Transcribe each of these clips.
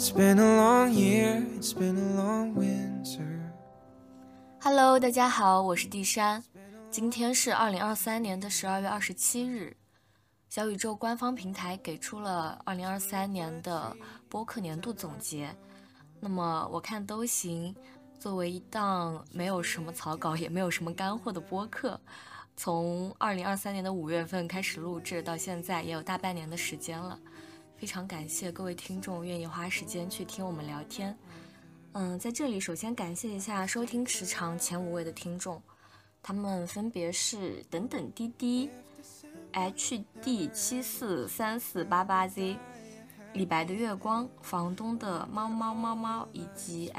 It's been a long year, it's been a long winter. Hello， 大家好，我是地山。今天是2023年的12月27日。小宇宙官方平台给出了2023年的播客年度总结。那么我看都行，作为一档没有什么草稿也没有什么干货的播客，从2023年的5月份开始录制到现在也有大半年的时间了。非常感谢各位听众愿意花时间去听我们聊天。在这里首先感谢一下收听时长前5位的听众，他们分别是等等滴滴、HD743488Z、李白的月光、房东的猫猫猫猫以及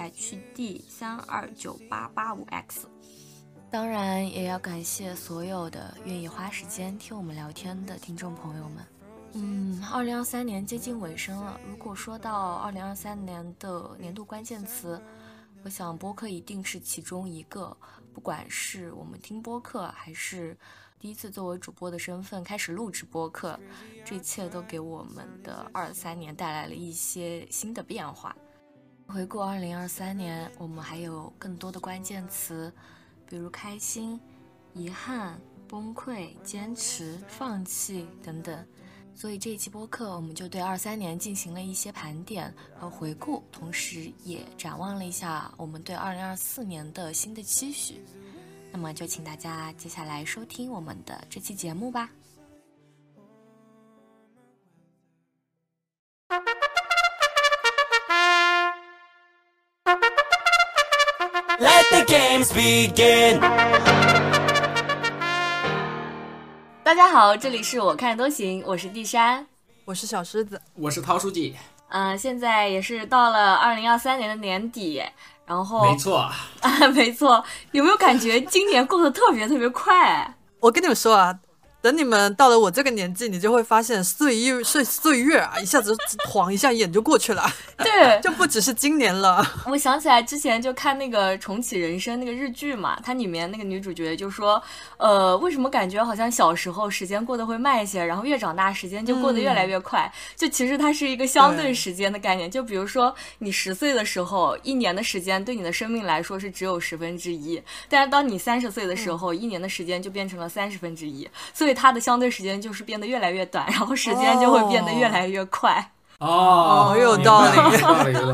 HD329885X。当然也要感谢所有的愿意花时间听我们聊天的听众朋友们。2023年接近尾声了，如果说到2023年的年度关键词，我想播客一定是其中一个。不管是我们听播客，还是第一次作为主播的身份开始录制播客，这一切都给我们的23年带来了一些新的变化。回顾2023年，我们还有更多的关键词，比如开心、遗憾、崩溃、坚持、放弃等等。所以这一期播客我们就对23年进行了一些盘点和回顾，同时也展望了一下我们对2024年的新的期许。那么就请大家接下来收听我们的这期节目吧。 Let the games begin. 大家好，这里是我看都行，我是地山， 我是小狮子， 我是陶书记。 现在也是到了2023年的年底，然后没错没错，有没有感觉今年过得特别特别快？ 我跟你们说啊，等你们到了我这个年纪，你就会发现岁月啊，一下子晃一下眼就过去了。 对， 就不只是今年了。 我想起来之前就看那个重启人生那个日剧嘛，它里面那个女主角就说，为什么感觉好像小时候时间过得会慢一些，然后越长大时间就过得越来越快。就其实它是一个相对时间的概念。就比如说你10岁的时候，1年的时间对你的生命来说是只有1/10，但是当你30岁的时候，1年的时间就变成了1/30，所以它的相对时间就是变得越来越短，然后时间就会变得越来越快。 有道理， 有道理。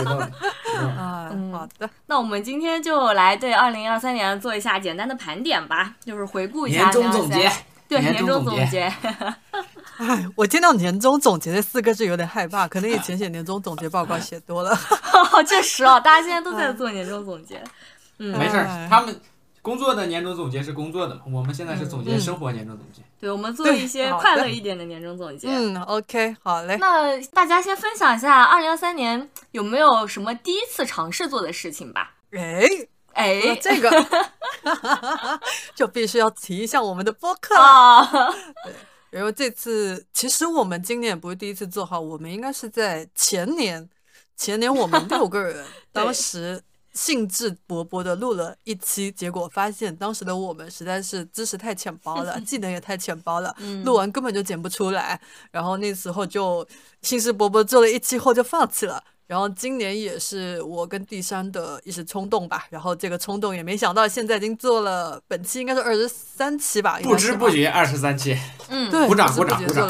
好的， 那我们今天就来对2023年做一下简单的盘点吧，就是回顾一下年终总结。 对，年终总结。 我听到年终总结这4个字有点害怕，可能以前写年终总结报告写多了。 确实大家现在都在做年终总结。 没事，他们工作的年终总结是工作的，我们现在是总结生活年终总结。 对，我们做一些快乐一点的年终总结。 OK， 好嘞。 那大家先分享一下2023年有没有什么第一次尝试做的事情吧。 这个就必须要提一下我们的播客对，然后这次其实我们今年也不是第一次做好，我们应该是在前年我们6个人当时兴致勃勃的录了一期，结果发现当时的我们实在是知识太浅薄了，技能也太浅薄了，录完根本就剪不出来，然后那时候就兴致勃勃做了一期后就放弃了。然后今年也是我跟第三的一时冲动吧，然后这个冲动也没想到现在已经做了，本期应该是23期吧， 不知不觉23期。 对， 鼓掌做了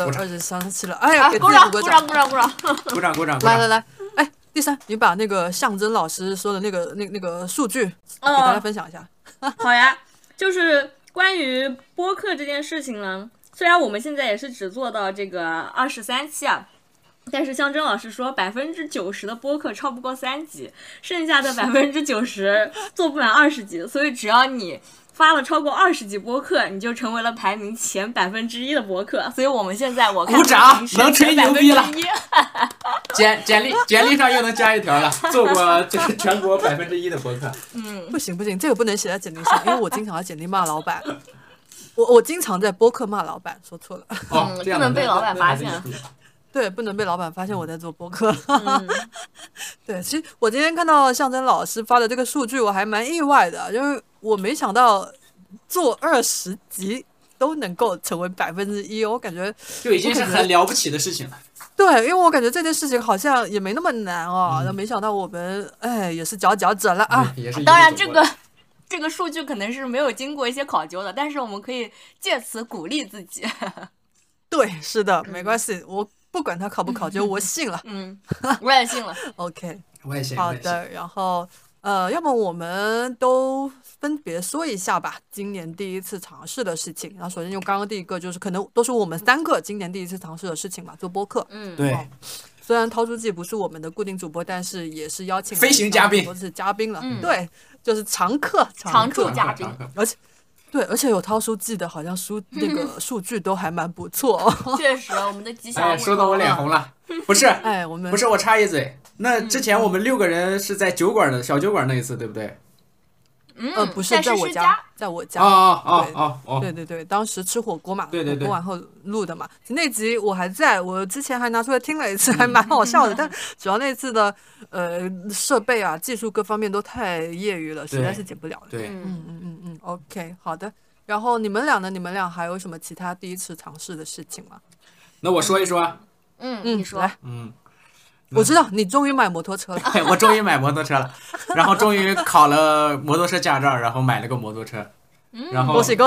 23期了，哎呀，给自鼓掌己鼓掌，来，哎，第三，你把那个象征老师说的那个数据给大家分享一下。 好呀，就是关于播客这件事情呢，虽然我们现在也是只做到这个23期啊。但是象征老师说90%的播客超不过3集，剩下的90%做不满20集，所以只要你发了超过20集播客，你就成为了排名前1%的播客。所以我们现在我看鼓掌，能吹牛逼了。简历上又能加一条了，做过这个全国1%的播客。 不行，这个不能写在简历上，因为我经常在简历骂老板。我经常在播客骂老板，说错了。 这样不能被老板发现。 对，不能被老板发现我在做播客。对，其实我今天看到象征老师发的这个数据，我还蛮意外的，因为我没想到做20集都能够成为1%，我感觉就已经是很了不起的事情了。 对，因为我感觉这件事情好像也没那么难哦，那、没想到我们也是佼佼者了啊。 也是当然这个数据可能是没有经过一些考究的，但是我们可以借此鼓励自己。 对，是的，没关系，我不管他考不考究，我信了。 我也信了。 OK， 我也信。 好的，然后要么我们都分别说一下吧，今年第一次尝试的事情。然后首先用刚刚第一个，就是可能都是我们3个今年第一次尝试的事情嘛，做播客。 对。 虽然涛书记不是我们的固定主播，但是也是邀请飞行嘉宾， 都是嘉宾了。对，就是常驻嘉宾， 而且有涛书记的，好像那个数据都还蛮不错。 确实，我们的吉祥物。 说到我脸红了。不是，我插一嘴，那之前我们6个人是在小酒馆那一次，对不对？ 不是，在我家，在我家。对，当时吃火锅嘛， 对， 火锅完后录的嘛。那集我还在，我之前还拿出来听了一次，还蛮好笑的。但主要那次的设备啊、技术各方面都太业余了，实在是剪不了了。 对 ，OK， 好的。然后你们俩呢？你们俩还有什么其他第一次尝试的事情吗？ 那我说一说。 你说。 来。我知道你终于买摩托车了。 我终于买摩托车了，然后终于考了摩托车驾照，然后买了个摩托车。然后恭喜！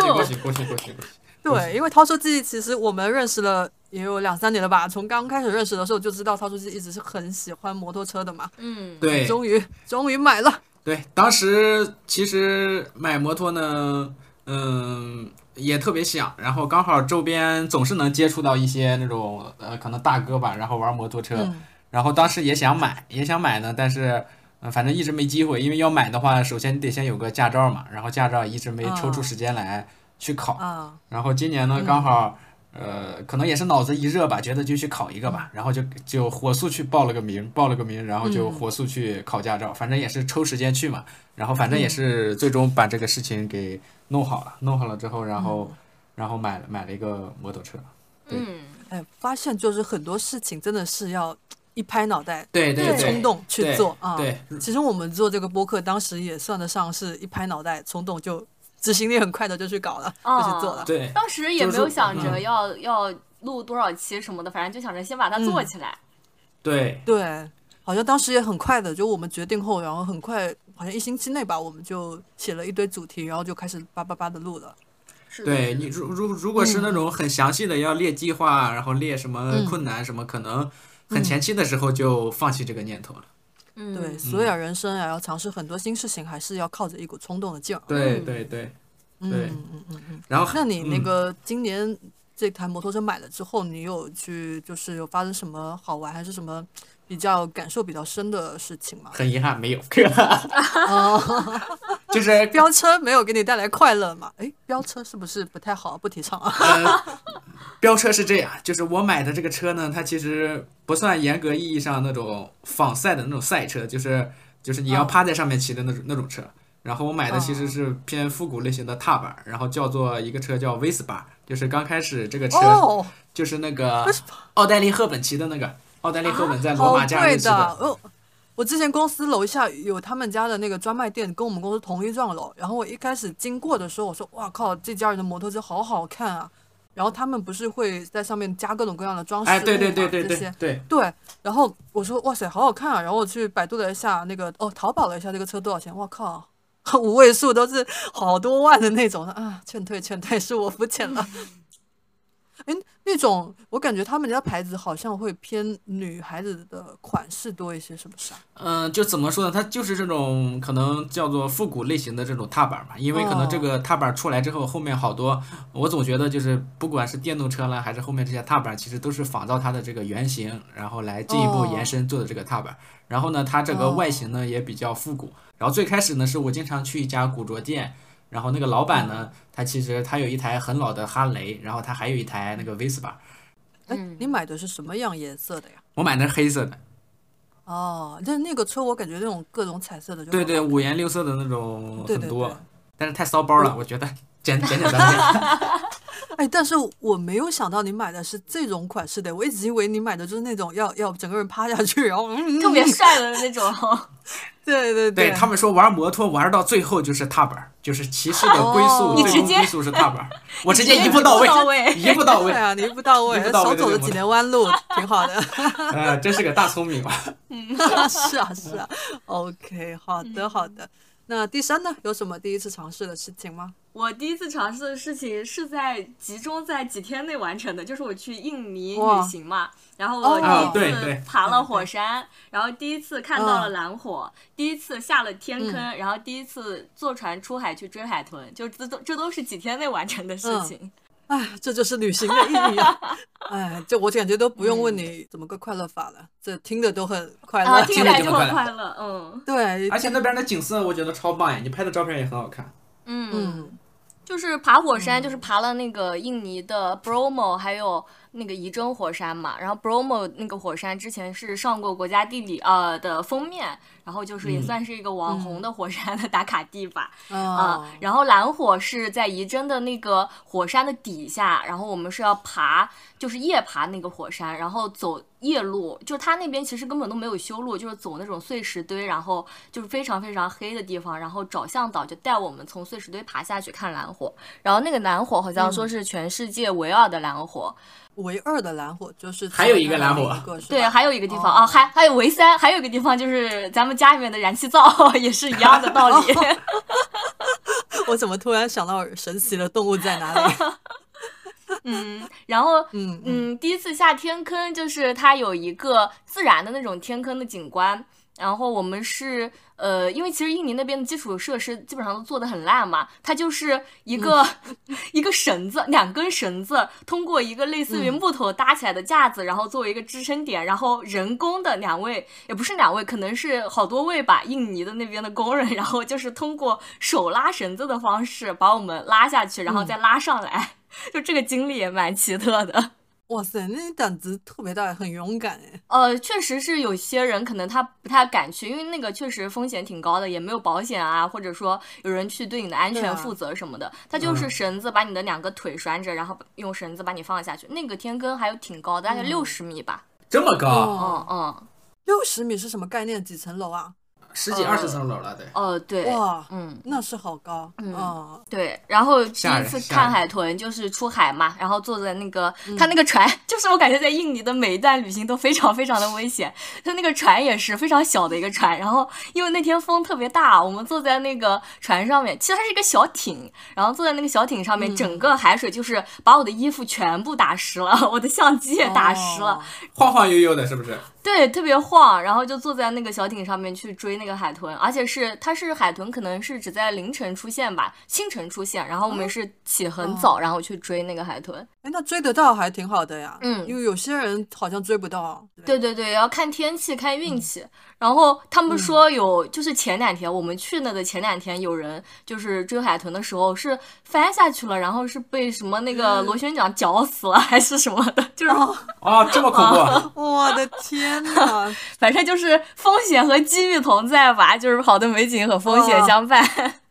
对，因为涛书记其实我们认识了也有2-3年了吧，从刚开始认识的时候就知道涛书记一直是很喜欢摩托车的嘛。 对， 终于买了。 对，当时其实买摩托呢，也特别想，然后刚好周边总是能接触到一些那种可能大哥吧，然后玩摩托车，然后当时也想买呢，但是反正一直没机会，因为要买的话，首先你得先有个驾照嘛，然后驾照一直没抽出时间来去考，然后今年呢刚好可能也是脑子一热吧，觉得就去考一个吧，然后就火速去报了个名，然后就火速去考驾照，反正也是抽时间去嘛，然后反正也是最终把这个事情给弄好了之后，然后买了一个摩托车。对， 发现就是很多事情真的是要一拍脑袋， 对， 冲动去做啊。 对， 其实我们做这个播客，当时也算得上是一拍脑袋，冲动就执行力很快的就去搞了，就去做了。 对， 当时也没有想着要录多少期什么的，反正就想着先把它做起来。 对， 好像当时也很快的，就我们决定后，然后很快，好像1星期内吧，我们就写了一堆主题，然后就开始叭的录了。 对，你如果是那种很详细的要列计划，然后列什么困难什么，可能很前期的时候就放弃这个念头了。 对，所有人生要尝试很多新事情，还是要靠着一股冲动的劲儿。 对。然后， 那你那个今年这台摩托车买了之后，你有就是有发生什么好玩还是什么比较感受比较深的事情吗？ 很遗憾没有。 就是飙车没有给你带来快乐嘛？飙车是不是不太好，不提倡啊？ 飙车是这样，就是我买的这个车呢，它其实不算严格意义上那种仿赛的那种赛车，就是你要趴在上面骑的那种车。然后我买的其实是偏复古类型的踏板，然后叫做一个车叫 Vespa， 就是刚开始这个车就是那个奥黛丽·赫本骑的那个，奥黛丽·赫本在罗马假日骑的。 我之前公司楼下有他们家的那个专卖店，跟我们公司同一幢楼。然后我一开始经过的时候，我说哇靠，这家人的摩托车好好看啊！然后他们不是会在上面加各种各样的装饰物嘛，对。然后我说哇塞，好好看啊！然后我去百度了一下那个淘宝了一下这个车多少钱，哇靠，5位数都是好多万的那种啊！劝退，是我肤浅了。那种我感觉他们家牌子好像会偏女孩子的款式多一些，是不是啊？ 就怎么说呢？它就是这种可能叫做复古类型的这种踏板嘛，因为可能这个踏板出来之后，后面好多，我总觉得就是不管是电动车了，还是后面这些踏板，其实都是仿照它的这个原型，然后来进一步延伸做的这个踏板。然后呢，它这个外形呢也比较复古。然后最开始呢，是我经常去一家古着店。然后那个老板呢，他其实他有一台很老的哈雷，然后他还有一台那个 Vespa。 你买的是什么样颜色的呀？ 我买的是黑色的。 但那个车我感觉那种各种彩色的就对5颜6色的那种很多， 对， 但是太骚包了，我觉得简单点。 但是我没有想到你买的是这种款式的，我一直以为你买的就是那种要整个人趴下去，然后特别帅的那种。 对对对他们说玩摩托玩到最后就是踏板，就是骑士的归宿，最终归宿是踏板。我直接一步到位，一步到位。 对啊，你一步到位，少走了几年弯路，挺好的。 真是个大聪明嘛。 是啊是啊。OK， 好的好的。那第三呢，有什么第一次尝试的事情吗？ 我第一次尝试的事情是集中在几天内完成的，就是我去印尼旅行嘛，然后我第一次爬了火山，然后第一次看到了蓝火，第一次下了天坑，然后第一次坐船出海去追海豚，就这都是几天内完成的事情。 哎，这就是旅行的意义啊！哎，就我感觉都不用问你怎么个快乐法了，这听着都很快乐， 听着就很快乐， 对， 而且那边的景色我觉得超棒呀，你拍的照片也很好看。 就是爬火山，就是爬了那个印尼的 Bromo， 还有那个仪征火山嘛。然后 Bromo 那个火山之前是上过国家地理的封面，然后就是也算是一个网红的火山的打卡地吧。然后蓝火是在仪征的那个火山的底下，然后我们是要爬，就是夜爬那个火山，然后走夜路，就是它那边其实根本都没有修路，就是走那种碎石堆，然后就是非常非常黑的地方，然后找向导就带我们从碎石堆爬下去看蓝火，然后那个蓝火好像说是全世界唯二的蓝火。 唯二的蓝火就是还有一个蓝火， 对，还有一个地方还有唯三，还有一个地方就是咱们家里面的燃气灶，也是一样的道理。 我怎么突然想到神奇的动物在哪里？ 然后第一次下天坑，就是它有一个自然的那种天坑的景观，然后我们是因为其实印尼那边的基础设施基本上都做得很烂嘛，它就是一个一个绳子，2根绳子通过一个类似于木头搭起来的架子，然后作为一个支撑点，然后人工的2位，也不是2位，可能是好多位吧，印尼的那边的工人，然后就是通过手拉绳子的方式把我们拉下去，然后再拉上来。就这个经历也蛮奇特的。 哇塞，那你胆子特别大，很勇敢哎。 确实是有些人可能他不太敢去，因为那个确实风险挺高的，也没有保险啊，或者说有人去对你的安全负责什么的。他就是绳子把你的2个腿拴着，然后用绳子把你放下去。那个天坑还有挺高的，大概60米吧。 这么高 ？60米是什么概念？几层楼啊 ？10几20层楼了，对。 对。 哇，那是好高。 对。然后第一次看海豚就是出海嘛，然后坐在那个他那个船，就是我感觉在印尼的每一段旅行都非常非常的危险。他那个船也是非常小的一个船，然后因为那天风特别大，我们坐在那个船上面，其实它是一个小艇，然后坐在那个小艇上面，整个海水就是把我的衣服全部打湿了，我的相机也打湿了， 晃晃悠悠的，是不是？ 对，特别晃，然后就坐在那个小艇上面去追那个海豚，而且它是海豚，可能是只在凌晨出现吧，清晨出现，然后我们是起很早，然后去追那个海豚。 那追得到还挺好的呀。因为有些人好像追不到。 对，要看天气，看运气。然后他们说就是前2天我们去那的前2天，有人就是追海豚的时候是翻下去了，然后是被什么那个螺旋桨绞死了还是什么的，就是这么恐怖！ 我的天哪！ 反正就是风险和机遇同在吧，就是好的美景和风险相伴。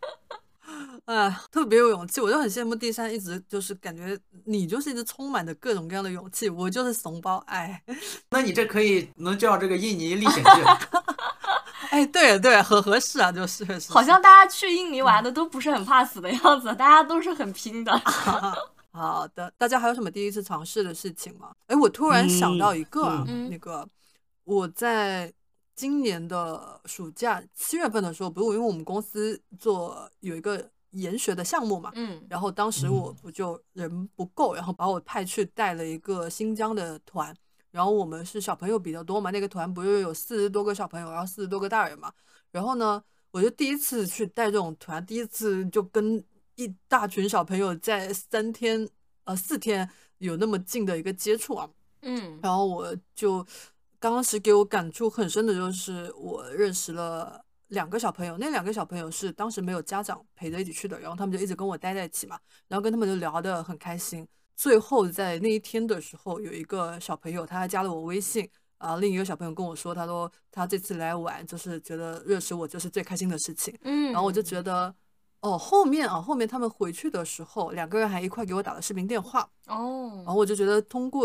特别有勇气，我就很羡慕第三，一直就是感觉你就是一直充满着各种各样的勇气，我就是怂包。 那你这能叫这个印尼历险记。 对，很合适啊，就是好像大家去印尼玩的都不是很怕死的样子，大家都是很拼的。 好的，大家还有什么第一次尝试的事情吗？我突然想到一个那个我在今年的暑假7月份的时候，不是因为我们公司有一个研学的项目嘛，然后当时我不就人不够，然后把我派去带了一个新疆的团，然后我们是小朋友比较多嘛，那个团不是有40多个小朋友，然后40多个大人嘛，然后呢，我就第一次去带这种团，第一次就跟一大群小朋友在4天有那么近的一个接触啊，然后我就当时给我感触很深的就是我认识了2个小朋友，那2个小朋友是当时没有家长陪着一起去的，然后他们就一直跟我待在一起嘛，然后跟他们就聊得很开心。最后在那一天的时候，有一个小朋友他还加了我微信另一个小朋友跟我说，他说他这次来玩就是觉得认识我就是最开心的事情。然后我就觉得后面他们回去的时候2个人还一块给我打了视频电话。然后我就觉得通过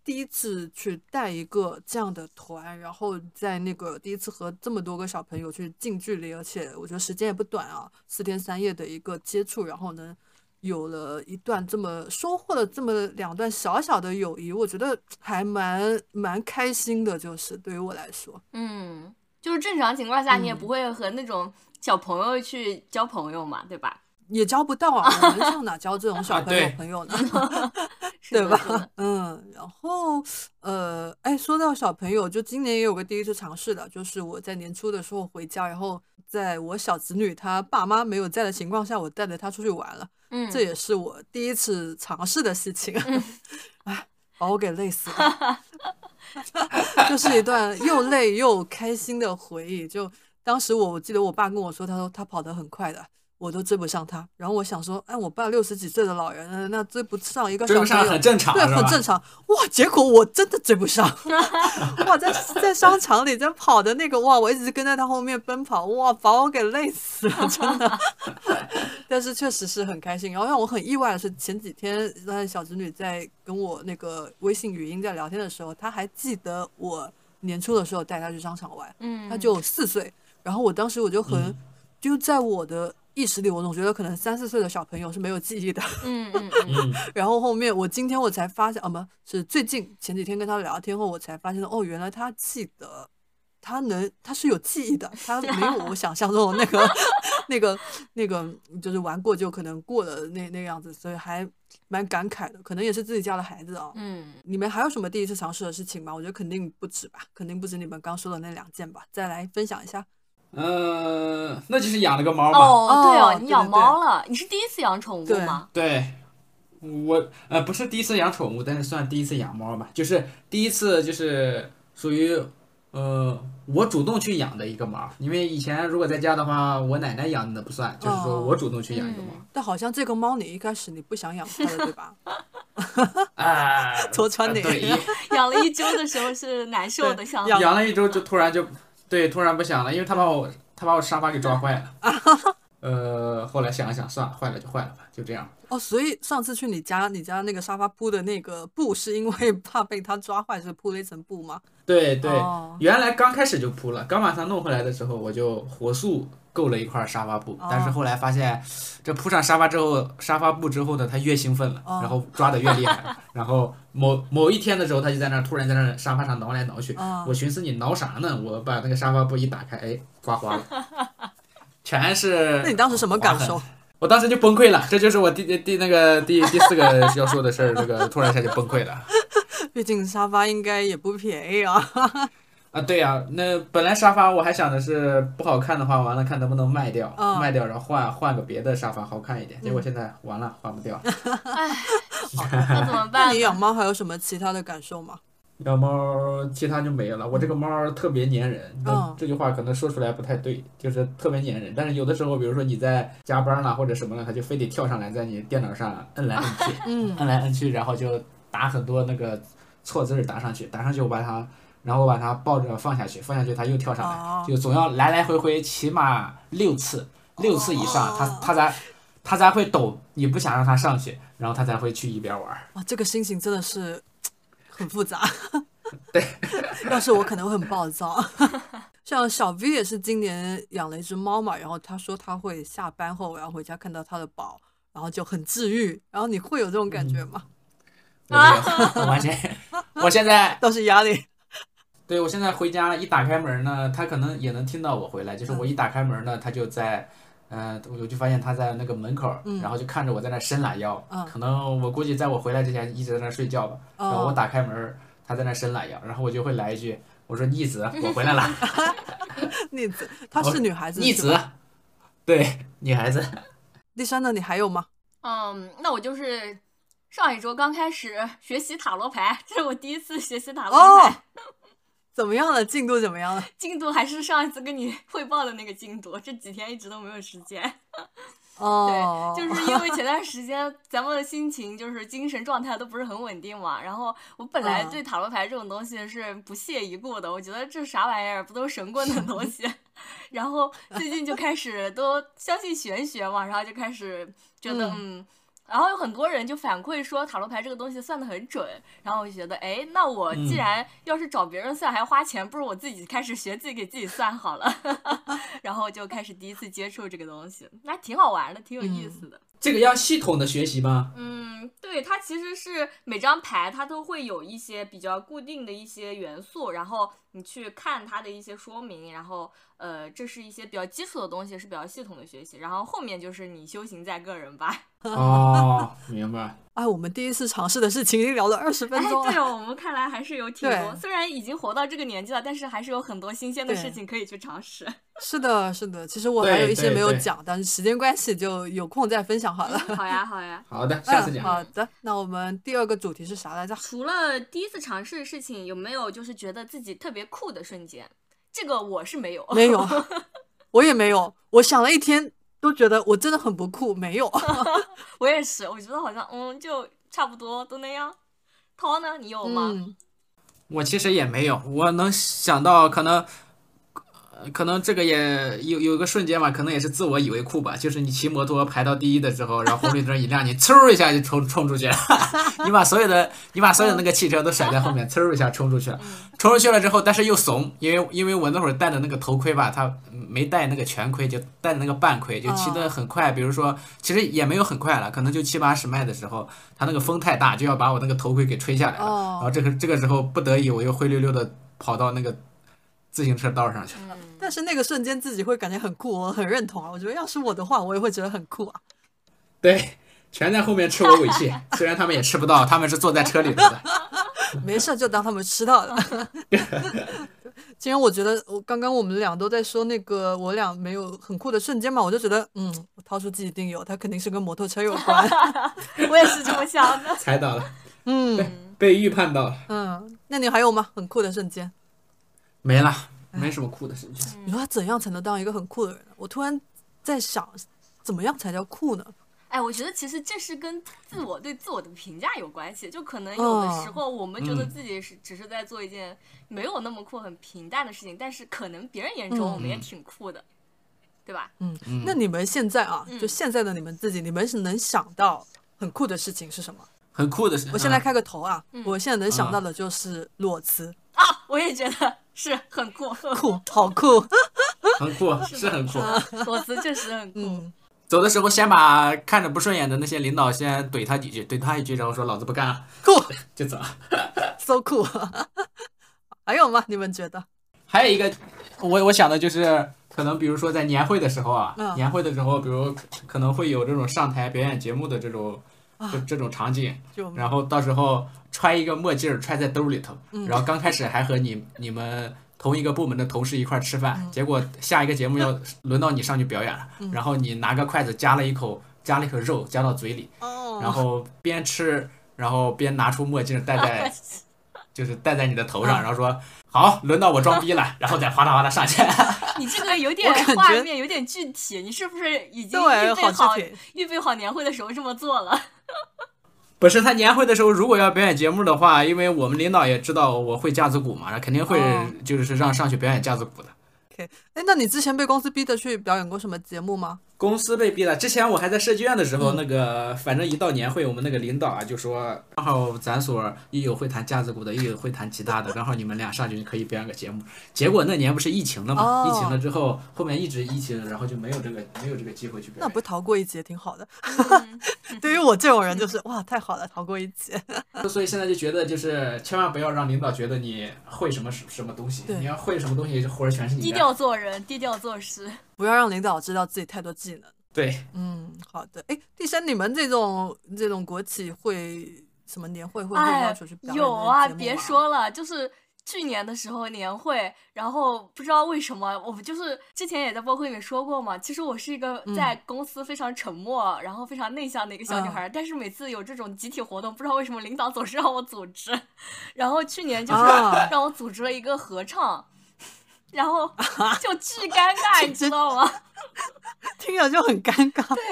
第一次去带一个这样的团，然后在那个第一次和这么多个小朋友去近距离，而且我觉得时间也不短啊，4天3夜的一个接触，然后呢有了一段这么收获了这么2段小小的友谊，我觉得还蛮开心的，就是对于我来说。 就是正常情况下你也不会和那种小朋友去交朋友嘛，对吧？ 也交不到啊，我们上哪交这种小朋友朋友呢？对吧？然后说到小朋友，就今年也有个第一次尝试的，就是我在年初的时候回家，然后在我小侄女她爸妈没有在的情况下，我带着她出去玩了。这也是我第一次尝试的事情。把我给累死了。就是一段又累又开心的回忆。就当时我记得我爸跟我说，他说他跑得很快的，我都追不上他。然后我想说，我爸60几岁的老人，那追不上一个小朋友， 追不上很正常， 对，很正常。哇，结果我真的追不上。哇，在商场里在跑的那个，哇，我一直跟在他后面奔跑，哇，把我给累死了，真的。但是确实是很开心。然后让我很意外的是，前几天小侄女在跟我那个微信语音在聊天的时候，她还记得我年初的时候带她去商场玩。她就4岁。然后我当时我就就在我的意识里，我总觉得可能3、4岁的小朋友是没有记忆的。然后后面今天我才发现，是最近前几天跟他聊天后，我才发现原来他记得，他是有记忆的，他没有我想象中的那个就是玩过就可能过的那个样子，所以还蛮感慨的。可能也是自己家的孩子啊。你们还有什么第一次尝试的事情吗？我觉得肯定不止吧，肯定不止你们刚说的那2件吧。再来分享一下。 那就是养了个猫嘛。对，你养猫了。你是第一次养宠物吗？ 对，我不是第一次养宠物，但是算第一次养猫吧。就是第一次就是属于我主动去养的一个猫。因为以前如果在家的话，我奶奶养的不算，就是说我主动去养一个猫。 但好像这个猫你一开始你不想养它的，对吧？戳穿你。 对， 养了1周的时候是难受的， 养了1周就突然不想了，因为他把我沙发给抓坏了。后来想一想，算了，坏了就坏了吧，就这样。 所以上次去你家那个沙发铺的那个布，是因为怕被它抓坏，所以铺了一层布吗？ 对，原来刚开始就铺了，刚把它弄回来的时候，我就火速购了一块沙发布。但是后来发现，这铺上沙发布之后呢，它越兴奋了，然后抓得越厉害。然后某一天的时候，它就突然在那沙发上挠来挠去。我寻思你挠啥呢？我把那个沙发布一打开，刮花了，全是。 那你当时什么感受？ 我当时就崩溃了，这就是我第4个要说的事儿。这个突然一下就崩溃了。 毕竟沙发应该也不便宜啊。 对呀，那本来沙发我还想的是不好看的话，完了看能不能卖掉，然后换个别的沙发好看一点。结果现在完了，换不掉。 那怎么办？ 那你养猫还有什么其他的感受吗？ 养猫其他就没了。我这个猫特别粘人。这句话可能说出来不太对，就是特别粘人。但是有的时候，比如说你在加班了或者什么了，它就非得跳上来在你电脑上摁来摁去，摁来摁去，然后就打很多那个错字打上去我把它抱着放下去它又跳上来，就总要来来回回起码6次以上，它才会抖。你不想让它上去，然后它才会去一边玩。 这个心情真的是很复杂。 对， 要是我可能会很暴躁。像小 V 也是今年养了一只猫嘛，然后他说他会下班后然后回家看到他的宝，然后就很治愈。然后你会有这种感觉吗？ 我完全，我现在都是压力。 对，我现在回家一打开门呢，他可能也能听到我回来。就是我一打开门呢，他就在我就发现他在那个门口，然后就看着我在那伸懒腰。可能我估计在我回来之前一直在那睡觉吧。然后我打开门，他在那伸懒腰，然后我就会来一句，我说逆子，我回来了。 逆子，她是女孩子。 逆子，对，女孩子。 第三呢，你还有吗？ 那我就是上一周刚开始学习塔罗牌，这是我第一次学习塔罗牌。 怎么样了？进度怎么样了？ 进度还是上一次跟你汇报的那个进度，这几天一直都没有时间。对，就是因为前段时间咱们的心情就是精神状态都不是很稳定嘛，然后我本来对塔罗牌这种东西是不屑一顾的，我觉得这啥玩意儿，不都是神棍的东西。然后最近就开始都相信玄学嘛，然后就开始觉得然后有很多人就反馈说塔罗牌这个东西算得很准，然后我就觉得，哎，那我既然要是找别人算还要花钱，不如我自己开始学，自己给自己算好了。然后就开始第一次接触这个东西，那挺好玩的，挺有意思的。 这个要系统的学习吗？ 对，它其实是每张牌它都会有一些比较固定的一些元素，然后你去看它的一些说明，然后这是一些比较基础的东西，是比较系统的学习，然后后面就是你修行在个人吧。 哦，明白。 哎，我们第一次尝试的事情已经聊了20分钟了。 对哦，我们看来还是有挺多，虽然已经活到这个年纪了，但是还是有很多新鲜的事情可以去尝试。 是的，是的，其实我还有一些没有讲，但是时间关系就有空再分享好了。 好呀，好呀。 好的，下次讲。 好的，那我们第2个主题是啥来着？ 除了第一次尝试的事情，有没有就是觉得自己特别酷的瞬间？这个我是没有， 没有，我也没有。我想了一天，都觉得我真的很不酷，没有。 我也是，我觉得好像就差不多都那样。涛呢？你有吗？ 我其实也没有，我能想到可能这个也有个瞬间吧，可能也是自我以为酷吧，就是你骑摩托排到第一的时候，然后红绿灯一亮，你嗖一下就冲出去了，你把所有的那个汽车都甩在后面，嗖一下冲出去了，冲出去了之后，但是又怂，因为我那会儿戴的那个头盔吧，它没戴那个全盔，就戴的那个半盔，就骑得很快，比如说其实也没有很快了，可能就70-80迈的时候，它那个风太大，就要把我那个头盔给吹下来了，然后这个时候不得已我又灰溜溜的跑到那个自行车道上去了。 但是那个瞬间自己会感觉很酷，我很认同啊。我觉得要是我的话，我也会觉得很酷啊。 对，全在后面吃我尾气，虽然他们也吃不到，他们是坐在车里头的。 没事，就当他们吃到了。既然我觉得刚刚我们俩都在说那个我俩没有很酷的瞬间嘛，我就觉得我掏出自己一定有，它肯定是跟摩托车有关。 我也是这么想的。 猜到了，被预判到了。那你还有吗？很酷的瞬间？ 没了。没什么酷的事情。 你说他怎样才能当一个很酷的人呢？我突然在想，怎么样才叫酷呢？ 哎，我觉得其实这是跟对自我的评价有关系。就可能有的时候我们觉得自己只是在做一件没有那么酷、很平淡的事情，但是可能别人眼中我们也挺酷的，对吧？ 那你们现在啊，就现在的你们自己，你们是能想到很酷的事情是什么？ 很酷的事情。 我现在开个头啊，我现在能想到的就是裸辞。 我也觉得是很酷， 好酷， 很酷，是很酷。 裸辞确实很酷。 走的时候先把看着不顺眼的那些领导先怼他几句，然后说老子不干了， 酷就走了。 So cool。还有吗？你们觉得？ 还有一个，我想的就是可能比如说在年会的时候啊，年会的时候，比如可能会有这种上台表演节目的这种场景，然后到时候揣一个墨镜揣在兜里头，然后刚开始还和你们同一个部门的同事一块吃饭，结果下一个节目要轮到你上去表演了，然后你拿个筷子夹了一口肉夹到嘴里，然后边吃然后边拿出墨镜戴在你的头上，然后说好，轮到我装逼了，然后再哗啦哗啦上去。 你这个有点画面，有点具体，你是不是已经预备好年会的时候这么做了？ 不是，他年会的时候如果要表演节目的话，因为我们领导也知道我会架子鼓嘛，肯定会就是让上去表演架子鼓的。 OK， 那你之前被公司逼着去表演过什么节目吗？ 公司被逼的，之前我还在设计院的时候，那个反正一到年会，我们那个领导啊就说，刚好咱所又有会弹架子鼓的，又有会弹吉他的，刚好你们俩上去可以表演个节目。结果那年不是疫情了嘛，疫情了之后，后面一直疫情，然后就没有这个机会去表演。 那不逃过一劫挺好的。对于我这种人就是哇，太好了，逃过一劫。 所以现在就觉得就是千万不要让领导觉得你会什么东西，你要会什么东西，活儿全是你的。 低调做人，低调做事。 不要让领导知道自己太多技能。 对， 好的。第三，你们这种国企会什么年会会被要求去表演有啊，别说了，就是去年的时候年会，然后不知道为什么，我们就是之前也在播客里面说过嘛，其实我是一个在公司非常沉默，然后非常内向的一个小女孩，但是每次有这种集体活动，不知道为什么领导总是让我组织，然后去年就是让我组织了一个合唱。然后就巨尴尬，你知道吗？ 听着就很尴尬。 对，然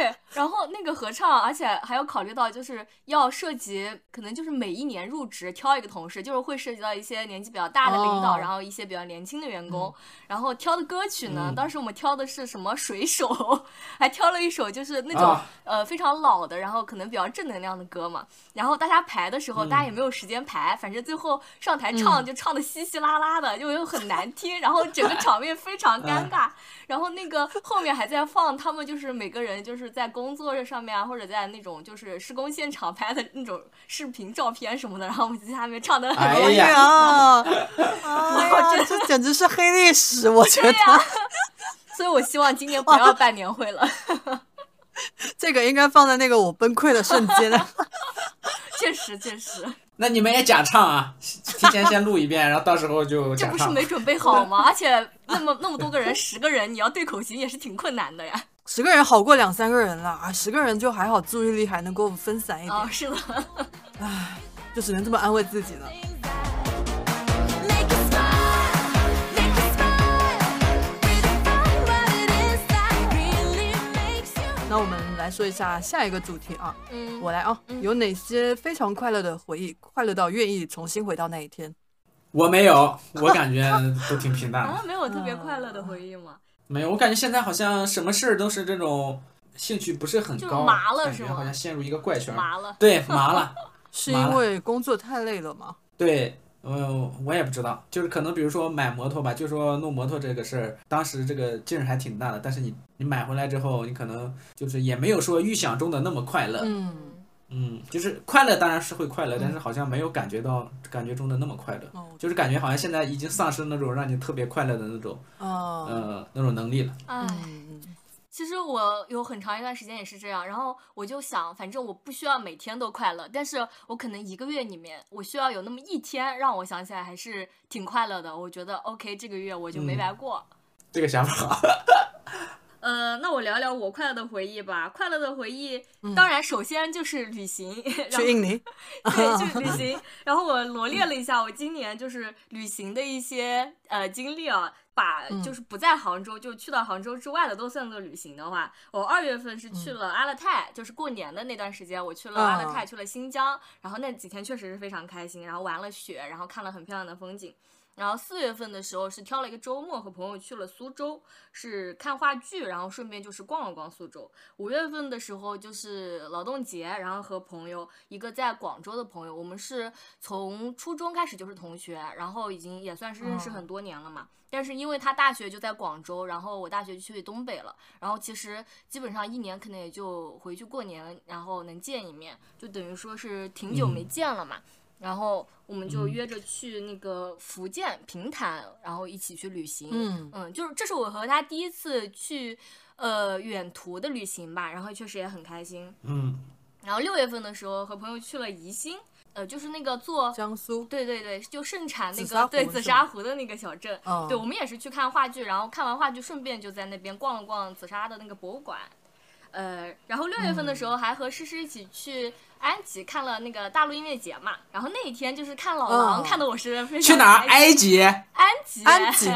然后那个合唱，而且还要考虑到就是要涉及，可能就是每一年入职挑一个同事，就是会涉及到一些年纪比较大的领导，然后一些比较年轻的员工。然后挑的歌曲呢，当时我们挑的是什么水手，还挑了一首就是那种非常老的，然后可能比较正能量的歌嘛。然后大家排的时候，大家也没有时间排，反正最后上台唱就唱的稀稀拉拉的，就又很难听，然后整个场面非常尴尬。然后那个后面还在放他们就是每个人就是在工作上面啊，或者在那种就是施工现场拍的那种视频照片什么的，然后我们在下面唱的很哎呀，这简直是黑历史，我觉得。 所以我希望今年不要办年会了。 这个应该放在那个我崩溃的瞬间。 确实。 那你们也假唱啊，提前先录一遍，然后到时候就假唱。 这不是没准备好吗？而且那么多个人，10个人，你要对口型也是挺困难的呀。 10个人好过2-3个人了啊，10个人就还好，注意力还能够分散一点。 哦，是的。 唉，就只能这么安慰自己了。那我们来说一下下一个主题啊，我来啊，有哪些非常快乐的回忆，快乐到愿意重新回到那一天？ 我没有，我感觉都挺平淡的。 啊，没有特别快乐的回忆吗？ 没有，我感觉现在好像什么事儿都是这种兴趣不是很高， 就麻了是吗？ 感觉好像陷入一个怪圈。 麻了， 对，麻了。 是因为工作太累了吗？ 对。我也不知道，就是可能比如说买摩托吧，就说弄摩托这个事儿，当时这个劲儿还挺大的，但是你买回来之后，你可能就是也没有说预想中的那么快乐。就是快乐当然是会快乐，但是好像没有感觉中的那么快乐，就是感觉好像现在已经丧失那种让你特别快乐的那种那种能力了。 其实我有很长一段时间也是这样，然后我就想，反正我不需要每天都快乐，但是我可能1个月里面，我需要有那么1天让我想起来还是挺快乐的，我觉得 OK， 这个月我就没白过。 这个想法好。 那我聊聊我快乐的回忆吧。快乐的回忆，当然首先就是旅行， 去印尼， 对，去旅行。然后我罗列了一下我今年就是旅行的一些经历啊，把就是不在杭州就去到杭州之外的都算作旅行的话，我2月份是去了阿勒泰，就是过年的那段时间，我去了阿勒泰，去了新疆，然后那几天确实是非常开心，然后玩了雪，然后看了很漂亮的风景。然后4月份的时候是挑了一个周末和朋友去了苏州，是看话剧，然后顺便就是逛了逛苏州。5月份的时候就是劳动节，然后和朋友一个在广州的朋友，我们是从初中开始就是同学，然后已经也算是认识很多年了嘛。但是因为他大学就在广州，然后我大学就去东北了，然后其实基本上1年可能也就回去过年，然后能见一面，就等于说是挺久没见了嘛。然后我们就约着去那个福建平潭，然后一起去旅行。就是这是我和他第一次去远途的旅行吧，然后确实也很开心。然后6月份的时候和朋友去了宜兴，就是那个做江苏， 对，就盛产那个对紫砂壶的那个小镇。对，我们也是去看话剧，然后看完话剧顺便就在那边逛了逛紫砂的那个博物馆。然后6月份的时候还和诗诗一起去安吉看了那个大陆音乐节嘛，然后那一天就是看老狼，看的我是非常去哪儿？埃及？ 安吉。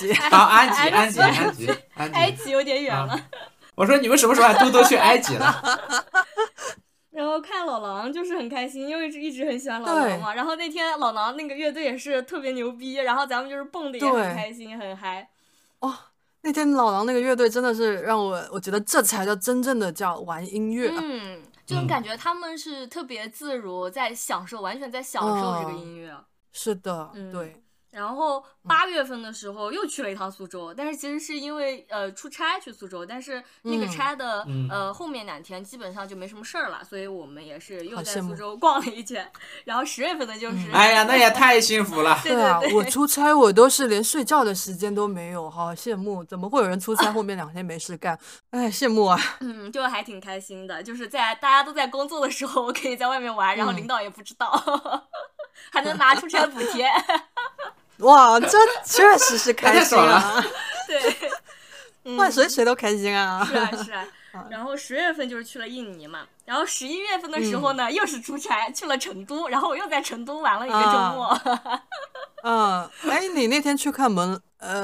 埃及有点远了。 我说你们什么时候还都去埃及了？ 然后看老狼就是很开心，因为一直很喜欢老狼嘛。然后那天老狼那个乐队也是特别牛逼，然后咱们就是蹦的也很开心，很嗨。 那天老狼那个乐队真的是让我觉得这才叫真正的叫玩音乐。 就能感觉他们是特别自如，在享受，完全在享受这个音乐。 是的，对。 然后8月份的时候又去了一趟苏州，但是其实是因为出差去苏州，但是那个差的后面2天基本上就没什么事儿了，所以我们也是又在苏州逛了一圈。然后10月份的就是哎呀，那也太幸福了。 对啊，我出差我都是连睡觉的时间都没有，好羡慕，怎么会有人出差后面2天没事干？哎，羡慕啊。 就还挺开心的，就是在大家都在工作的时候，我可以在外面玩，然后领导也不知道，还能拿出差补贴。 哇，这确实是开心啊！ 对， 换谁都开心啊！ 是啊。然后10月份就是去了印尼嘛，然后11月份的时候呢，又是出差去了成都，然后我又在成都玩了一个周末。 哎，你那天去看不是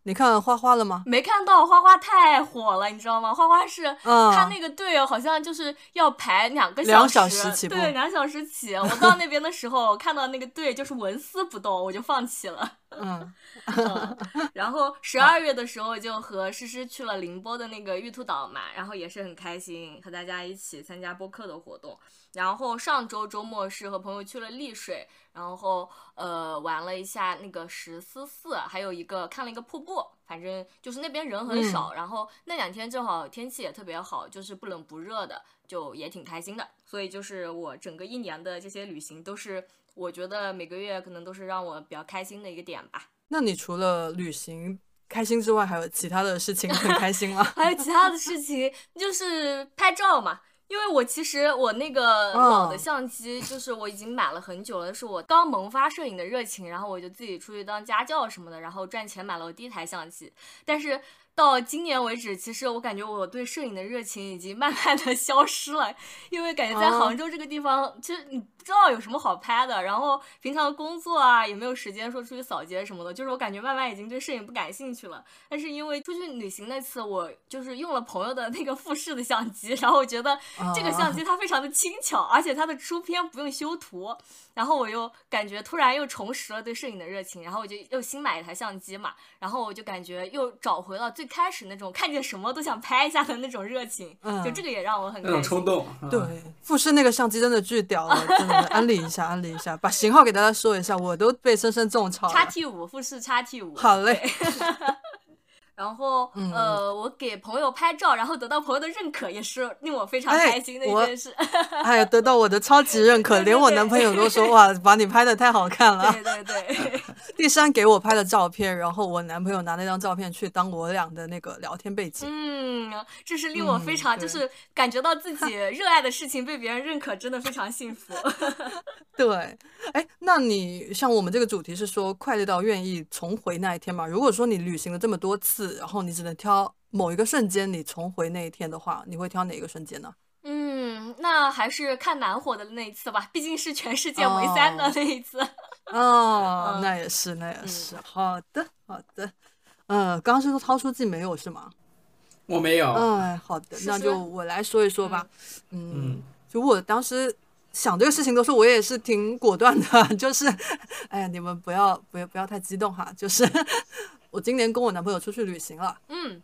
你看花花了吗？ 没看到，花花太火了，你知道吗？花花是他那个队好像就是要排2小时起步， 对，2小时起。我到那边的时候看到那个队就是纹丝不动，我就放弃了。然后12月的时候就和诗诗去了宁波的那个玉兔岛嘛，然后也是很开心，和大家一起参加播客的活动。然后上周周末是和朋友去了丽水，然后玩了一下那个石狮寺，还有看了一个瀑布，反正就是那边人很少，然后那2天正好天气也特别好，就是不冷不热的，就也挺开心的。所以就是我整个1年的这些旅行都是我觉得每个月可能都是让我比较开心的一个点吧。 那你除了旅行开心之外，还有其他的事情很开心吗？ 还有其他的事情，就是拍照嘛。因为其实我那个老的相机就是我已经买了很久了，是我刚萌发摄影的热情，然后我就自己出去当家教什么的，然后赚钱买了我第1台相机。但是到今年为止，其实我感觉我对摄影的热情已经慢慢的消失了，因为感觉在杭州这个地方，其实你不知道有什么好拍的，然后平常工作啊也没有时间说出去扫街什么的，就是我感觉慢慢已经对摄影不感兴趣了。但是因为出去旅行那次，我就是用了朋友的那个富士的相机，然后我觉得这个相机它非常的轻巧，而且它的出片不用修图，然后我又感觉突然又重拾了对摄影的热情，然后我就又新买一台相机嘛，然后我就感觉又找回了最开始那种看见什么都想拍一下的那种热情，就这个也让我很开心， 那种冲动。 对，富士那个相机真的巨屌了，真的安利一下，安利一下，把型号给大家说一下，我都被深深种草了。 XT5，富士 XT5。 好嘞。 然后我给朋友拍照，然后得到朋友的认可，也是令我非常开心的一件事。 哎呀，得到我的超级认可，连我男朋友都说哇，把你拍的太好看了。 对对对。 第3给我拍的照片，然后我男朋友拿那张照片去当我俩的那个聊天背景。 这是令我非常就是感觉到自己热爱的事情被别人认可，真的非常幸福。 对，哎，那你像我们这个主题是说快乐到愿意重回那一天嘛？如果说你旅行了这么多次，然后你只能挑某一个瞬间你重回那一天的话，你会挑哪一个瞬间呢？ 那还是看南火的那一次吧，毕竟是全世界唯3的那一次。 那也是，那也是。好的，好的。刚刚是说掏书记没有是吗？ 我没有。 好的，那就我来说一说吧。就我当时想这个事情的时候，我也是挺果断的，就是哎呀，你们不要太激动哈，就是我今年跟我男朋友出去旅行了。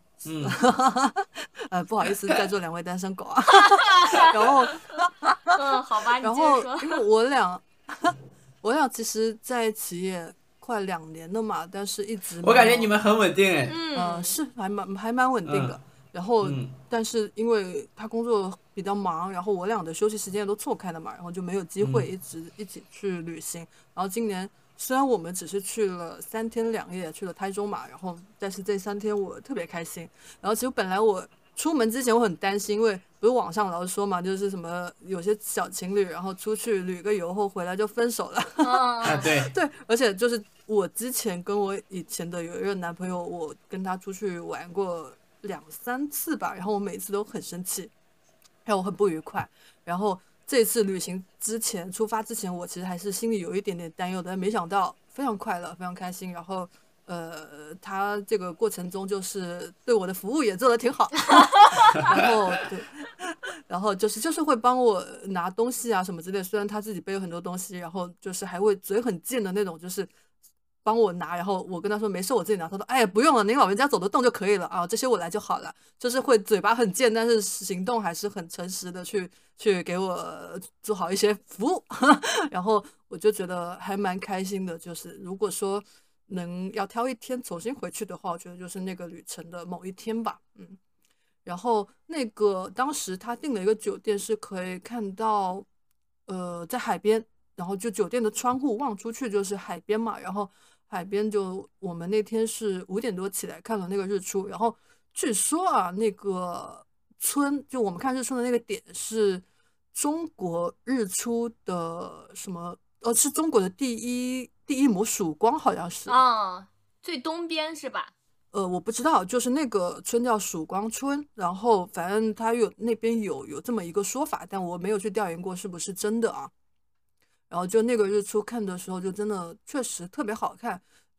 不好意思，在座2位单身狗啊。然后好吧，你然后因为我俩其实在一起也快2年了嘛，但是一直我感觉你们很稳定哎。 是还蛮稳定的。然后但是因为他工作比较忙，然后我俩的休息时间都错开了嘛，然后就没有机会一起去旅行。然后今年虽然我们只是去了3天2夜，去了台中嘛，然后但是这3天我特别开心。然后其实本来我出门之前我很担心，因为不是网上老是说嘛，就是什么有些小情侣然后出去旅个游后回来就分手了。对，而且就是我之前跟我以前的有一个男朋友，我跟他出去玩过2-3次吧，然后我每次都很生气，还有我很不愉快。然后这次旅行出发之前，我其实还是心里有一点点担忧的，但没想到非常快乐，非常开心。然后他这个过程中就是对我的服务也做得挺好。然后就是会帮我拿东西啊什么之类，虽然他自己背有很多东西，然后就是还会嘴很贱的那种，就是帮我拿，然后我跟他说没事我自己拿，他说哎呀不用了，您老人家走得动就可以了啊，这些我来就好了，就是会嘴巴很贱，但是行动还是很诚实的去给我做好一些服务。然后我就觉得还蛮开心的，就是如果说要挑一天重新回去的话，我觉得就是那个旅程的某一天吧。然后那个当时他订了一个酒店是可以看到在海边，然后就酒店的窗户望出去就是海边嘛，然后海边就我们那天是5点多起来看了那个日出。然后据说啊，那个村就我们看日出的那个点是中国日出的什么是中国的第一抹曙光，好像是最东边是吧？ 我不知道，就是那个村叫曙光村，然后反正他那边有这么一个说法，但我没有去调研过是不是真的啊。然后就那个日出看的时候，就真的确实特别好看。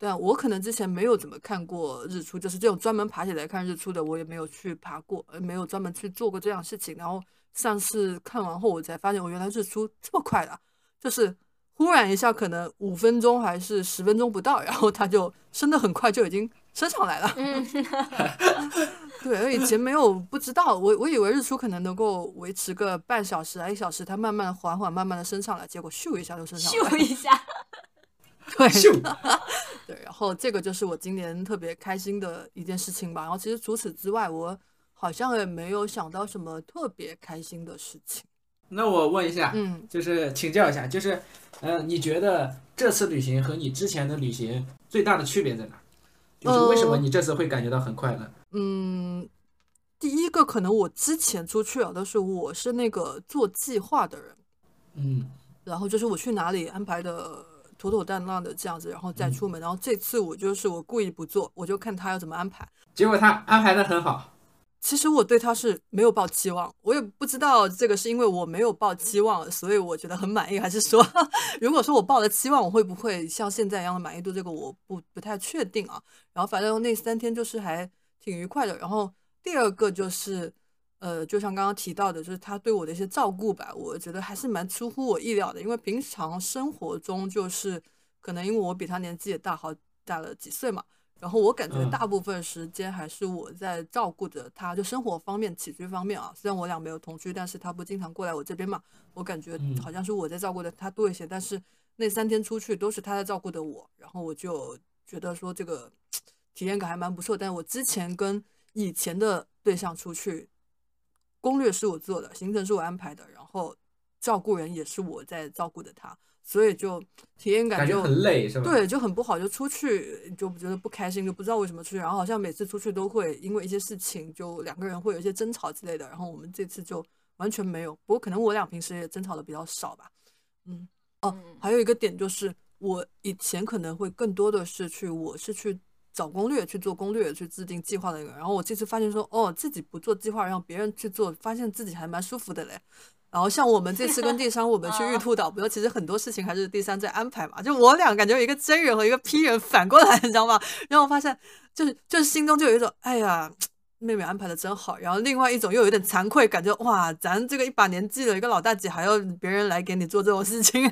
但我可能之前没有怎么看过日出，就是这种专门爬起来看日出的，我也没有去爬过，没有专门去做过这样的事情。然后上次看完后，我才发现，原来日出这么快的，就是忽然一下，可能5分钟还是10分钟不到，然后它就升得很快，就已经升上来了。对，我以前没有不知道，我以为日出可能能够维持个半小时1小时，它慢慢缓缓慢慢的升上来，结果咻一下就升上来了。 咻一下。 对， 咻对，然后这个就是我今年特别开心的一件事情吧。然后其实除此之外，我好像也没有想到什么特别开心的事情。 那我问一下，就是请教一下，就是你觉得这次旅行和你之前的旅行最大的区别在哪？就是为什么你这次会感觉到很快乐？ 第一个可能我之前出去都是我是那个做计划的人，然后就是我去哪里安排的妥妥当当的这样子，然后再出门。然后这次我故意不做，我就看他要怎么安排， 结果他安排的很好。 其实我对他是没有抱期望，我也不知道这个是因为我没有抱期望，所以我觉得很满意，还是说如果说我抱了期望，我会不会像现在一样的满意度，这个我不太确定啊。然后反正那3天就是还挺愉快的。然后第二个就是就像刚刚提到的，就是他对我的一些照顾吧，我觉得还是蛮出乎我意料的。因为平常生活中就是可能因为我比他年纪也大了几岁嘛，然后我感觉大部分时间还是我在照顾着他，就生活方面起居方面啊。虽然我俩没有同居，但是他不经常过来我这边嘛，我感觉好像是我在照顾的他多一些。但是那3天出去都是他在照顾的我，然后我就觉得说这个体验感还蛮不错。但是我之前跟以前的对象出去，攻略是我做的，行程是我安排的，然后照顾人也是我在照顾的他，所以就体验感就很累是吧？ 对，就很不好，就出去就觉得不开心，就不知道为什么出去，然后好像每次出去都会因为一些事情，就2个人会有一些争吵之类的，然后我们这次就完全没有。不过可能我俩平时也争吵的比较少吧。还有一个点就是我以前可能会更多的是我是去找攻略，去做攻略，去制定计划的一个人。然后我这次发现说，自己不做计划，让别人去做，发现自己还蛮舒服的嘞。然后像我们这次跟第三，我们去玉兔岛，不是其实很多事情还是第三在安排嘛，就我俩感觉有一个真人和一个 P 人反过来，你知道吗？然后我发现就是心中就有一种哎呀，妹妹安排的真好，然后另外一种又有点惭愧，感觉哇，咱这个一把年纪了，一个老大姐还要别人来给你做这种事情。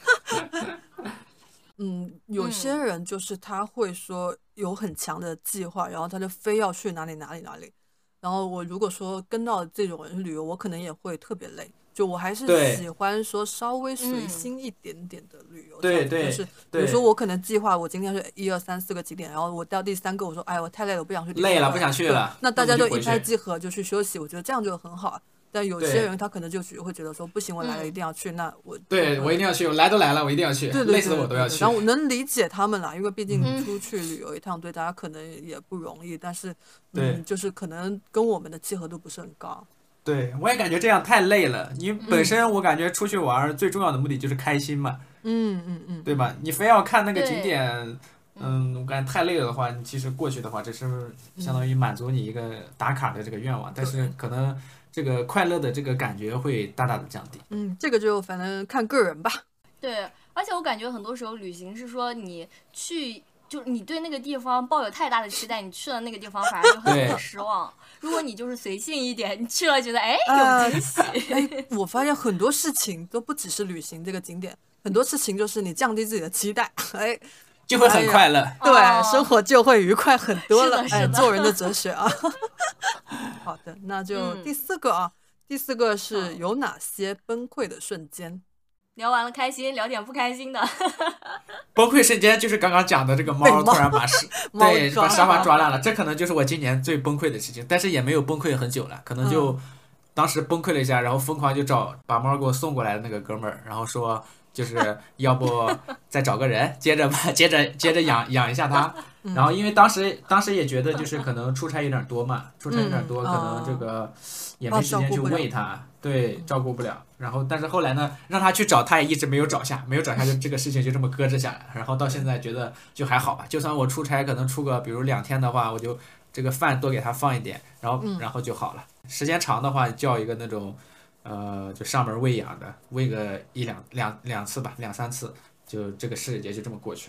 有些人就是他会说有很强的计划，然后他就非要去哪里。然后我如果说跟到这种人旅游，我可能也会特别累。就我还是喜欢说稍微随心一点点的旅游。 对， 就是比如说我可能计划我今天是1、2、3、4个景点，然后我到第3个我说哎我太累了，我不想去。 累了不想去了， 那大家就一拍即合就去休息，我觉得这样就很好。但有些人他可能就会觉得说不行，我来了一定要去，那我一定要去，我来都来了，我一定要去，累死我都要去。 然后我能理解他们啦，因为毕竟出去旅游一趟对大家可能也不容易，但是就是可能跟我们的契合度不是很高。 对，我也感觉这样太累了。你本身我感觉出去玩最重要的目的就是开心嘛，对吧？你非要看那个景点，我感觉太累了的话，你其实过去的话，这是相当于满足你一个打卡的这个愿望，但是可能这个快乐的这个感觉会大大的降低。 这个就反正看个人吧。 对，而且我感觉很多时候旅行是说你去，就你对那个地方抱有太大的期待，你去了那个地方反而就很失望。如果你就是随性一点，你去了觉得有惊喜。 我发现很多事情都不只是旅行这个景点，很多事情就是你降低自己的期待， 就会很快乐。 对，生活就会愉快很多了。做人的哲学啊。好的，那就第4个啊，第4个是有哪些崩溃的瞬间？ 聊完了开心，聊点不开心的。 崩溃瞬间就是刚刚讲的这个猫突然把沙发抓烂了，这可能就是我今年最崩溃的事情，但是也没有崩溃很久了，可能就当时崩溃了一下，然后疯狂就把猫给我送过来的那个哥们儿，然后说就是要不再找个人接着养一下他。然后因为当时也觉得就是可能出差有点多嘛，可能这个也没时间去喂他，对，照顾不了。然后但是后来呢，让他去找，他也一直没有找下，就这个事情就这么搁置下来。然后到现在觉得就还好吧，就算我出差可能出个比如2天的话，我就这个饭多给他放一点，然后就好了。时间长的话，叫一个那种就上门喂养的，喂个2次吧，2、3次，就这个事也就这么过去了。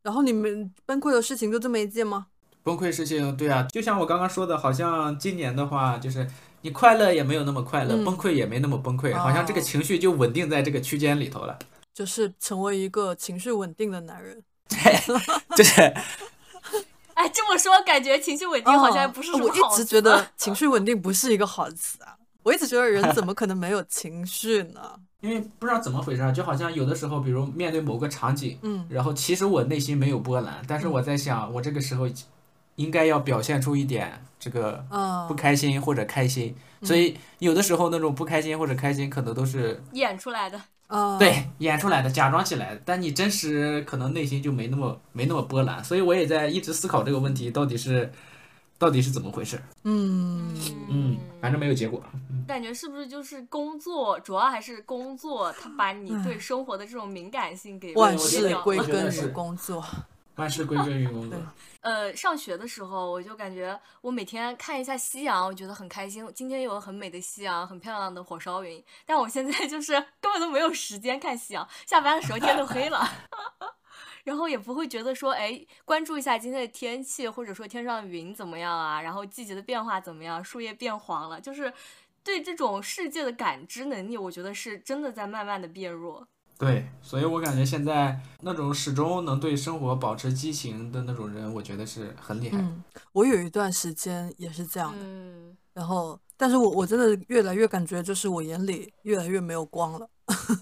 然后你们崩溃的事情就这么一件吗？ 崩溃事情，对啊，就像我刚刚说的，好像今年的话，就是你快乐也没有那么快乐，崩溃也没那么崩溃，好像这个情绪就稳定在这个区间里头了。 就是成为一个情绪稳定的男人。 就是， 哎，这么说感觉情绪稳定好像不是什么好词。 我一直觉得情绪稳定不是一个好词啊。我一直觉得人怎么可能没有情绪呢？ 因为不知道怎么回事，就好像有的时候，比如面对某个场景，然后其实我内心没有波澜，但是我在想，我这个时候应该要表现出一点这个不开心或者开心，所以有的时候那种不开心或者开心可能都是演出来的。 对，演出来的，假装起来的，但你真实可能内心就没那么波澜，所以我也在一直思考这个问题到底是怎么回事。反正没有结果。 感觉是不是就是工作，主要还是工作，它把你对生活的这种敏感性给万事归根于工作。 万事归根于工作。 上学的时候我就感觉我每天看一下夕阳，我觉得很开心。今天有很美的夕阳，很漂亮的火烧云。但我现在就是根本都没有时间看夕阳，下班的时候天都黑了，然后也不会觉得说，哎，关注一下今天的天气，或者说天上的云怎么样啊，然后季节的变化怎么样，树叶变黄了，就是对这种世界的感知能力，我觉得是真的在慢慢的变弱。 对，所以我感觉现在那种始终能对生活保持激情的那种人，我觉得是很厉害。 我有一段时间也是这样的，然后，但是我真的越来越感觉，就是我眼里越来越没有光了。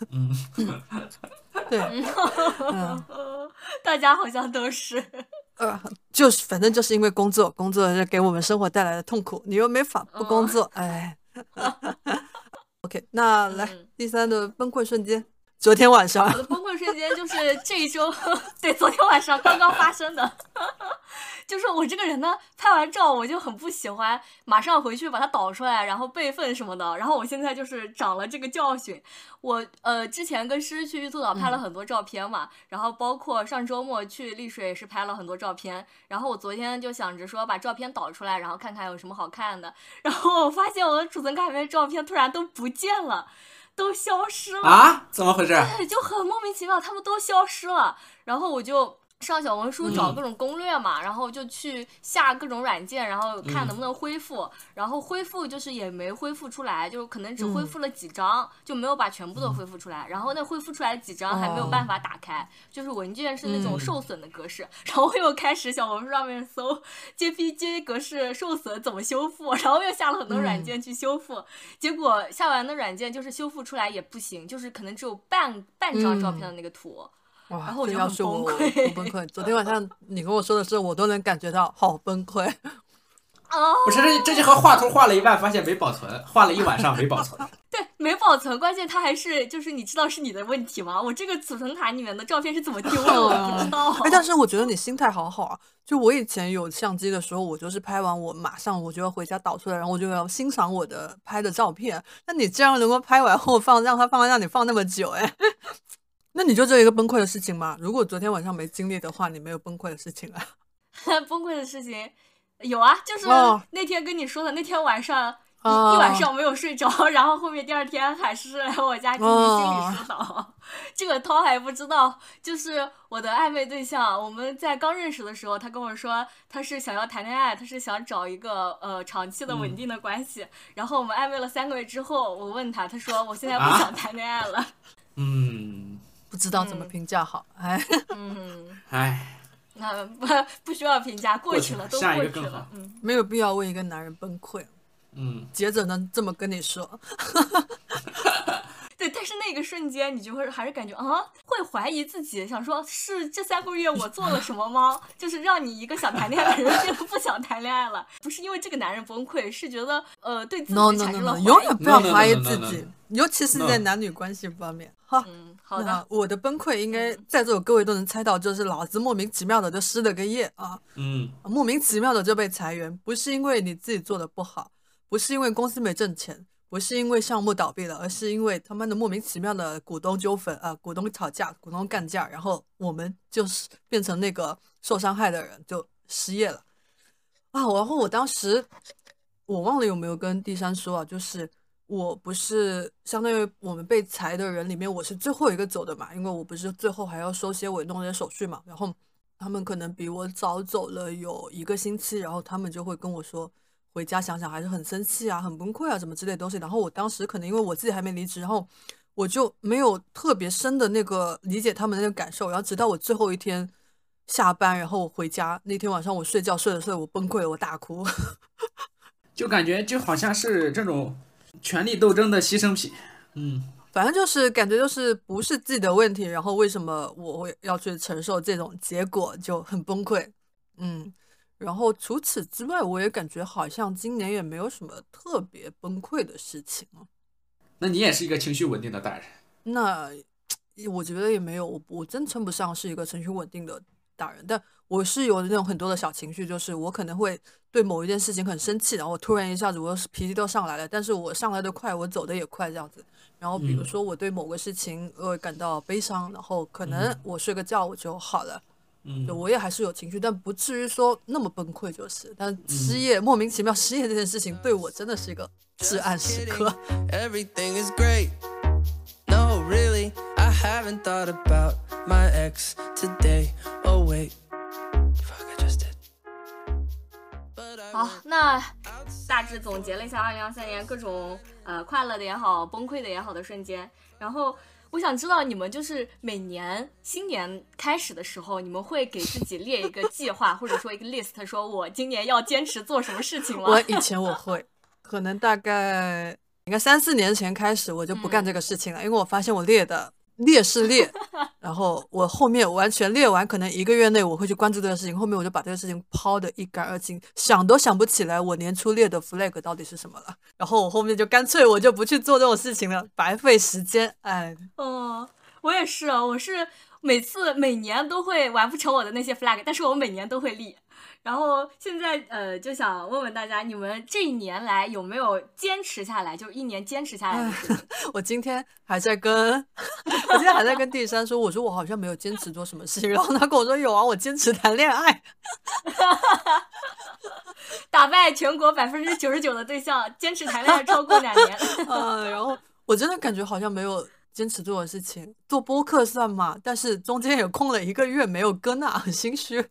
对， 大家好像都是， 就是反正就是因为工作给我们生活带来的痛苦，你又没法不工作，哎。OK， 那来第三的崩溃瞬间。昨天晚上我的崩溃瞬间就是这一周对，昨天晚上刚刚发生的。就是我这个人呢，拍完照我就很不喜欢马上回去把它导出来然后备份什么的，然后我现在就是长了这个教训。我之前跟诗去玉兔岛拍了很多照片嘛，然后包括上周末去丽水也是拍了很多照片，然后我昨天就想着说把照片导出来，然后看看有什么好看的，然后我发现我的储存卡里面的照片突然都不见了，都消失了啊？怎么回事？ 对，就很莫名其妙，他们都消失了。然后我就上小红书找各种攻略嘛，然后就去下各种软件，然后看能不能恢复，然后恢复就是也没恢复出来，就是可能只恢复了几张，就没有把全部都恢复出来。然后那恢复出来几张还没有办法打开，就是文件是那种受损的格式。然后又开始小红书上面搜 JPG 格式受损怎么修复，然后又下了很多软件去修复，结果下完的软件就是修复出来也不行，就是可能只有半张照片的那个图。然后我就很崩溃。昨天晚上你跟我说的时候，我都能感觉到好崩溃。 不是，这就和画图画了一半，发现没保存，画了一晚上没保存。 对，没保存，关键它还是就是你知道是你的问题吗？我这个储存卡里面的照片是怎么丢的，我不知道。 但是我觉得你心态好好啊。就我以前有相机的时候，我就是拍完我马上我就要回家导出来，然后我就要欣赏我的拍的照片。那你这样能够拍完后让它放让你放那么久，那你就这一个崩溃的事情吗？如果昨天晚上没经历的话，你没有崩溃的事情啊？ 崩溃的事情有啊，就是那天跟你说的，那天晚上一晚上没有睡着，然后后面第二天还是来我家进行心理疏导。这个涛还不知道，就是我的暧昧对象，我们在刚认识的时候，他跟我说他是想要谈恋爱，他是想找一个长期的稳定的关系。然后我们暧昧了3个月之后，我问他，他说我现在不想谈恋爱了。 不知道怎么评价好， 那不需要评价，过去了，都过去了， 没有必要为一个男人崩溃。接着能这么跟你说。 对，但是那个瞬间你就会还是感觉会怀疑自己，想说是这3个月我做了什么吗？就是让你一个想谈恋爱的人变得不想谈恋爱了，不是因为这个男人崩溃，是觉得对自己产生了怀疑。 永远不要怀疑自己，尤其是在男女关系方面。 好的。 我的崩溃应该在座各位都能猜到，就是老子莫名其妙的就失了个业啊，莫名其妙的就被裁员，不是因为你自己做的不好，不是因为公司没挣钱，不是因为项目倒闭了，而是因为他们的莫名其妙的股东纠纷股东吵架，股东干架，然后我们就是变成那个受伤害的人，就失业了然后我当时我忘了有没有跟第三说就是我不是相当于我们被裁的人里面我是最后一个走的嘛，因为我不是最后还要收些尾弄些手续嘛，然后他们可能比我早走了有1个星期，然后他们就会跟我说回家想想还是很生气啊，很崩溃啊，什么之类的东西。然后我当时可能因为我自己还没离职，然后我就没有特别深的那个理解他们的那个感受。然后直到我最后一天下班，然后我回家那天晚上，我睡觉睡着睡着我崩溃了，我大哭。 就感觉就好像是这种权力斗争的牺牲品。 反正就是感觉就是不是自己的问题，然后为什么我会要去承受这种结果，就很崩溃。然后除此之外，我也感觉好像今年也没有什么特别崩溃的事情。 那你也是一个情绪稳定的大人？ 那我觉得也没有，我真称不上是一个情绪稳定的大人，但我是有那种很多的小情绪，就是我可能会对某一件事情很生气，然后我突然一下子我脾气都上来了，但是我上来的快，我走的也快这样子。然后比如说我对某个事情感到悲伤，然后可能我睡个觉我就好了。就我也还是有情绪，但不至于说那么崩溃就是。但失业，莫名其妙失业这件事情对我真的是一个至暗时刻。 Everything is great. No, really, I haven't thought about my ex today. Oh wait, fuck, I just did. 好，那大致总结了一下2023年各种快乐的也好，崩溃的也好的瞬间。然后我想知道你们就是每年新年开始的时候，你们会给自己列一个计划，或者说一个 list， 说我今年要坚持做什么事情吗？ 我以前我会，可能大概应该3、4年前开始，我就不干这个事情了，因为我发现我列是列，然后我后面完全列完，可能1个月内我会去关注这个事情，后面我就把这个事情抛得一干二净，想都想不起来我年初列的 flag 到底是什么了，然后我后面就干脆我就不去做这种事情了，白费时间。 我也是，我是每年都会完不成我的那些 flag， 但是我每年都会立。然后现在就想问问大家，你们这一年来有没有坚持下来，就是1年坚持下来的事情？ 我今天还在跟第三说，我说我好像没有坚持做什么事情，然后他跟我说有啊，我坚持谈恋爱。 打败全国99%的对象，坚持谈恋爱超过2年。 然后我真的感觉好像没有坚持做的事情。做播客算嘛，但是中间也空了1个月没有更啊，很心虚。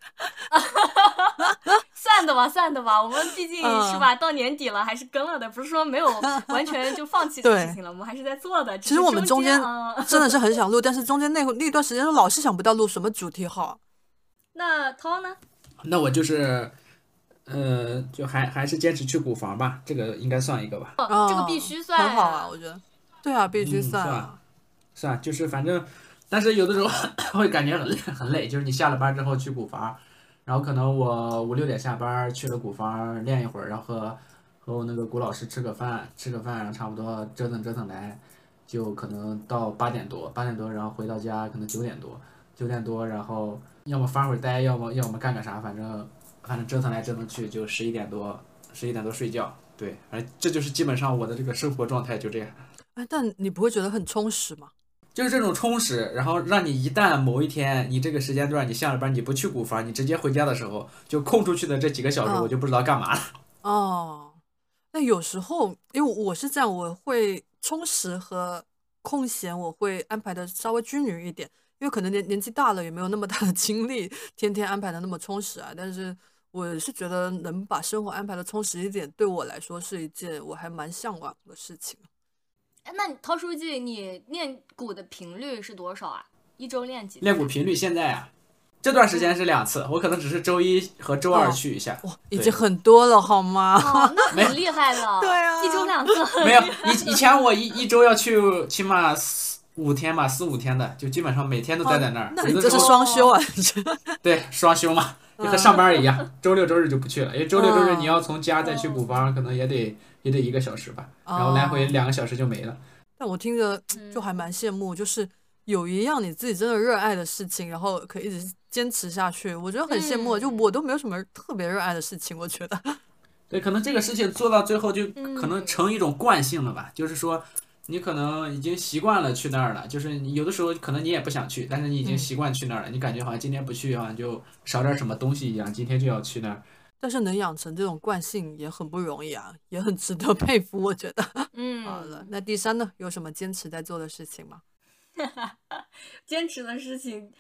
算的吧，我们毕竟是吧，到年底了还是更了的，不是说没有完全就放弃这个事情了，我们还是在做的。 其实我们中间真的是很想录，但是中间那段时间老是想不到录什么主题好。 那涛呢？ 那我就是就还是坚持去鼓房吧，这个应该算一个吧。 这个必须算， 很好啊，我觉得。对啊，必须算啊。 算，就是反正，但是有的时候会感觉很累，就是你下了班之后去鼓房，然后可能我5、6点下班去了鼓房练一会儿，然后和我那个鼓老师吃个饭，然后差不多折腾来，就可能到8点多，然后回到家可能9点多，然后要么发会儿呆，要么干个啥，反正折腾来折腾去就11点多睡觉。对，反正这就是基本上我的这个生活状态就这样。 但你不会觉得很充实吗？ 就是这种充实，然后让你一旦某一天你这个时间段你下了班你不去鼓房，你直接回家的时候，就空出去的这几个小时我就不知道干嘛了。 那有时候因为我是这样，我会充实和空闲我会安排的稍微均匀一点，因为可能年纪大了也没有那么大的精力天天安排的那么充实啊。但是我是觉得能把生活安排的充实一点，对我来说是一件我还蛮向往的事情。 那你涛书记，你练鼓的频率是多少啊？一周练几次？ 练鼓频率现在啊，这段时间是2次，我可能只是周1和周2去一下。 哇，已经很多了好吗？ 那很厉害了。 对啊， 一周2次。 没有，以前我一周要去起码5天吧，4、5天的，就基本上每天都待在那儿。 那你这是双休啊？ 对，双休嘛，就和上班一样，周6、周日就不去了，因为周6、周日你要从家再去鼓房，可能也得1个小时吧，然后来回2个小时就没了。 但我听着就还蛮羡慕，就是有一样你自己真的热爱的事情，然后可以一直坚持下去，我觉得很羡慕。就我都没有什么特别热爱的事情，我觉得。 对，可能这个事情做到最后就可能成一种惯性了吧，就是说你可能已经习惯了去那儿了，就是有的时候可能你也不想去，但是你已经习惯去那儿了，你感觉好像今天不去好像就少点什么东西一样，今天就要去那儿。 但是能养成这种惯性也很不容易啊，也很值得佩服，我觉得。好了，那第3呢？有什么坚持在做的事情吗？ 坚持的事情，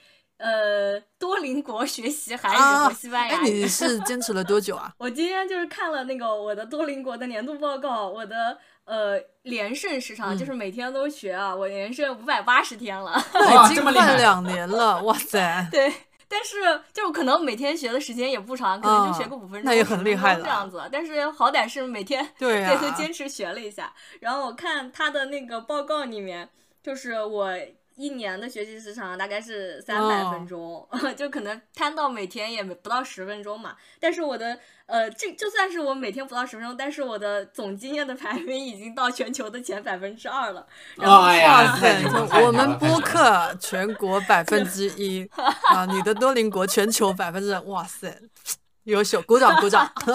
多邻国学习韩语和西班牙语。 你是坚持了多久啊？ 我今天就是看了那个我的多邻国的年度报告，我的连胜时长就是每天都学啊，我连胜580天了， 已经快2年了，哇塞！ 对。但是就可能每天学的时间也不长，可能就学个5分钟， 那也很厉害了这样子。但是好歹是每天对都坚持学了一下。然后我看他的那个报告里面，就是我1年的学习时长大概是300分钟，就可能摊到每天也不到10分钟嘛。但是我的就算是我每天不到10分钟，但是我的总经验的排名已经到全球的前2%了。 哎呀， 我们播客全国1%啊，你的多邻国全球%，哇塞，优秀，鼓掌鼓掌， 鼓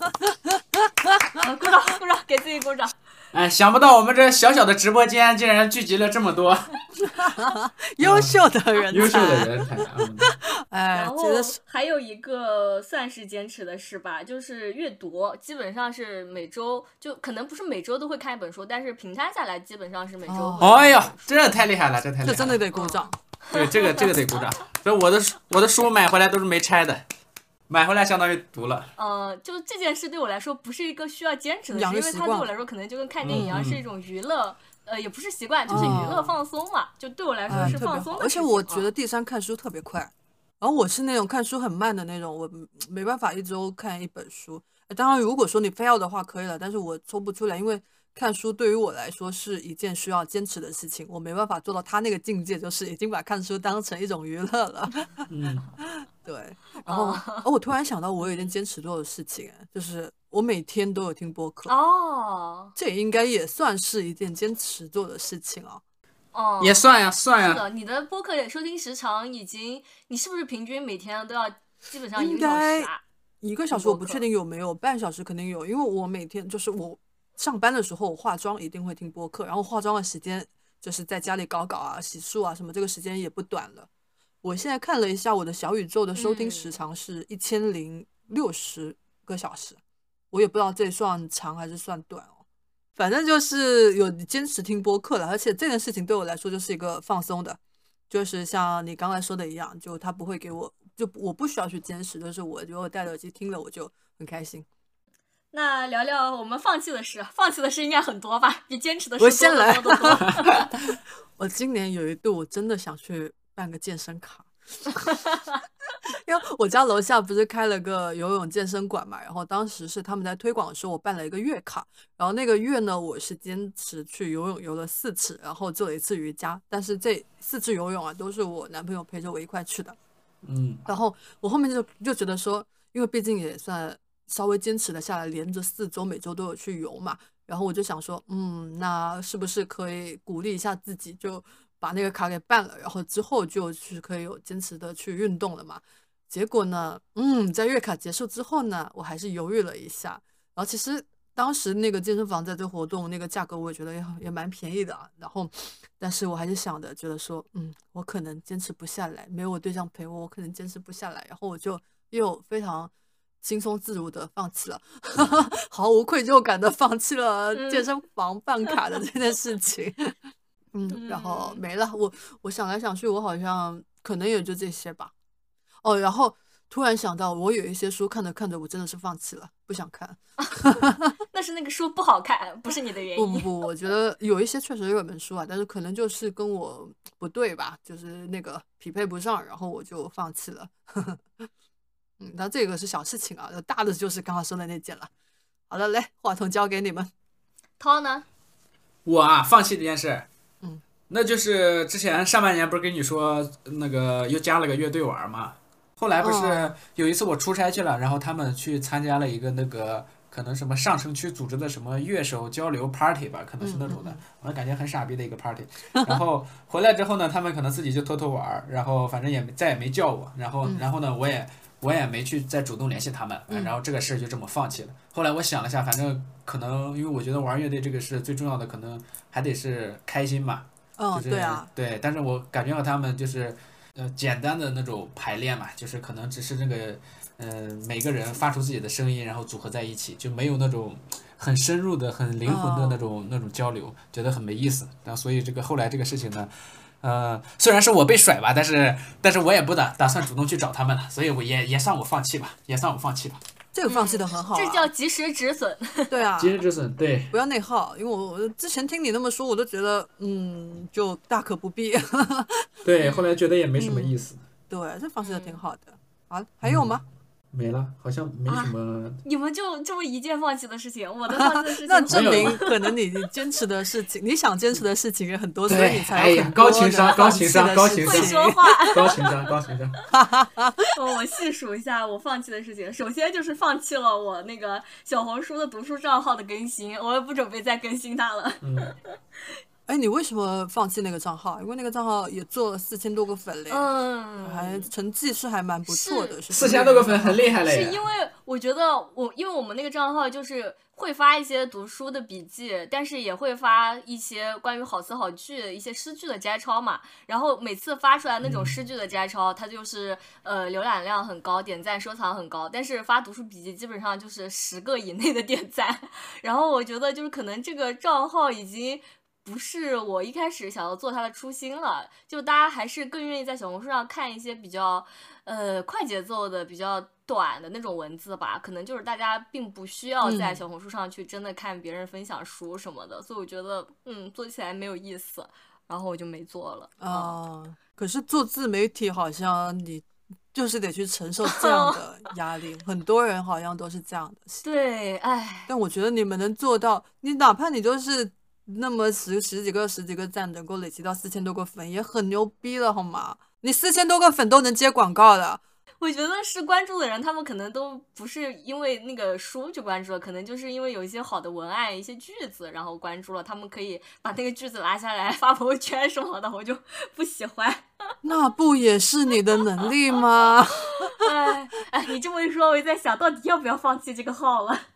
掌鼓掌，给自己鼓掌。 哎，想不到我们这小小的直播间竟然聚集了这么多优秀的人才， 优秀的人才。 然后还有一个算是坚持的事吧，就是阅读，基本上是每周，就可能不是每周都会看一本书，但是平摊下来基本上是每周。 哎呦，这太厉害了，这太厉害了， 这真的得鼓掌。 对，这个得鼓掌。所以我的书买回来都是没拆的。买回来相当于读了。 就这件事对我来说不是一个需要坚持的事，因为它对我来说可能就跟看电影一样，是一种娱乐，也不是习惯，就是娱乐放松嘛。就对我来说是放松的事情。 而且我觉得第3看书特别快，然后我是那种看书很慢的那种，我没办法1周看1本书。当然，如果说你非要的话可以了，但是我抽不出来，因为看书对于我来说是一件需要坚持的事情，我没办法做到他那个境界，就是已经把看书当成一种娱乐了。对。然后我突然想到我有一件坚持做的事情，就是我每天都有听播客。这应该也算是一件坚持做的事情啊。 哦， 也算呀，算呀。 是的，你的播客收听时长已经，你是不是平均每天都要基本上1个小时啊 ？1个小时我不确定有没有，半小时肯定有，因为我每天就是我上班的时候化妆一定会听播客，然后化妆的时间就是在家里搞啊、洗漱啊什么，这个时间也不短了。我现在看了一下我的小宇宙的收听时长是1060个小时，我也不知道这算长还是算短哦。反正就是有坚持听播客了，而且这件事情对我来说就是一个放松的，就是像你刚才说的一样，就他不会给我，就我不需要去坚持，就是我如果戴着耳机听了我就很开心。 那聊聊我们放弃的事应该很多吧，比坚持的事我先来多得多。 我今年有一度我真的想去办个健身卡。因为我家楼下不是开了个游泳健身馆嘛，然后当时是他们在推广的时候我办了一个月卡，然后那个月呢我是坚持去游泳游了4次，然后做了1次瑜伽，但是这4次游泳啊都是我男朋友陪着我一块去的。然后我后面就觉得说，因为毕竟也算稍微坚持了下来，连着4周每周都有去游嘛，然后我就想说那是不是可以鼓励一下自己，就把那个卡给办了，然后之后就是可以有坚持的去运动了嘛。结果呢在月卡结束之后呢，我还是犹豫了一下，然后其实当时那个健身房在这活动那个价格我也觉得也蛮便宜的，然后但是我还是想的觉得说我可能坚持不下来，没有我对象陪我可能坚持不下来，然后我就又非常轻松自如的放弃了毫无愧疚感的放弃了健身房办卡的这件事情然后没了。我想来想去，我好像可能也就这些吧。然后突然想到，我有一些书看着看着，我真的是放弃了，不想看。 那是那个书不好看，不是你的原因。 不，我觉得有一些确实热门书啊，但是可能就是跟我不对吧，就是那个匹配不上，然后我就放弃了。那这个是小事情啊，大的就是刚刚说的那件了。好的，来，话筒交给你们。 涛呢？ 我啊，放弃这件事。那就是之前上半年不是跟你说那个又加了个乐队玩嘛，后来不是有一次我出差去了，然后他们去参加了一个那个可能什么上城区组织的什么乐手交流 party 吧，可能是那种的，我感觉很傻逼的一个 party。然后回来之后呢，他们可能自己就偷偷玩，然后反正再也没叫我，然后呢我也没去再主动联系他们，然后这个事就这么放弃了。后来我想了下，反正可能因为我觉得玩乐队这个事最重要的可能还得是开心嘛。 对啊， 对，但是我感觉到他们就是简单的那种排练嘛，就是可能只是那个每个人发出自己的声音，然后组合在一起，就没有那种很深入的、很灵魂的那种交流，觉得很没意思。然后所以这个后来这个事情呢， 虽然是我被甩吧，但是我也不打算主动去找他们了，所以我也算我放弃吧， 这个放弃的很好、 这叫及时止损。 对啊， 及时止损，对， 不要内耗，因为我之前听你那么说，我都觉得就大可不必。 对，后来觉得也没什么意思。 对，这放弃的挺好的。好，还有吗？ 没了，好像没什么。 你们就这么一件放弃的事情，我的放弃的事情那证明可能你坚持的事情，你想坚持的事情也很多，所以你才有很高情商， 会说话， 高情商。 我细数一下我放弃的事情，首先就是放弃了我那个小红书的读书账号的更新，我也不准备再更新它了。 哎，你为什么放弃那个账号？因为那个账号也做了4000多个粉嘞，还成绩是还蛮不错的，是 4000多个粉很厉害嘞。 是因为我觉得因为我们那个账号就是会发一些读书的笔记，但是也会发一些关于好词好句、一些诗句的摘抄嘛。然后每次发出来那种诗句的摘抄，它就是浏览量很高，点赞收藏很高，但是发读书笔记基本上就是10个以内的点赞。然后我觉得就是可能这个账号已经不是我一开始想要做它的初心了，就大家还是更愿意在小红书上看一些比较快节奏的、比较短的那种文字吧，可能就是大家并不需要在小红书上去真的看别人分享书什么的，所以我觉得做起来没有意思，然后我就没做了。 可是做自媒体好像你就是得去承受这样的压力，很多人好像都是这样的。 对，哎， 但我觉得你们能做到，你哪怕你就是那么十几个赞能够累积到4000多个粉，也很牛逼了好吗？你4000多个粉都能接广告的。 我觉得是关注的人，他们可能都不是因为那个书去关注了，可能就是因为有一些好的文案、一些句子，然后关注了。他们可以把那个句子拿下来发朋友圈什么的，我就不喜欢。 那不也是你的能力吗？ 哎，你这么一说，我就在想到底要不要放弃这个号了。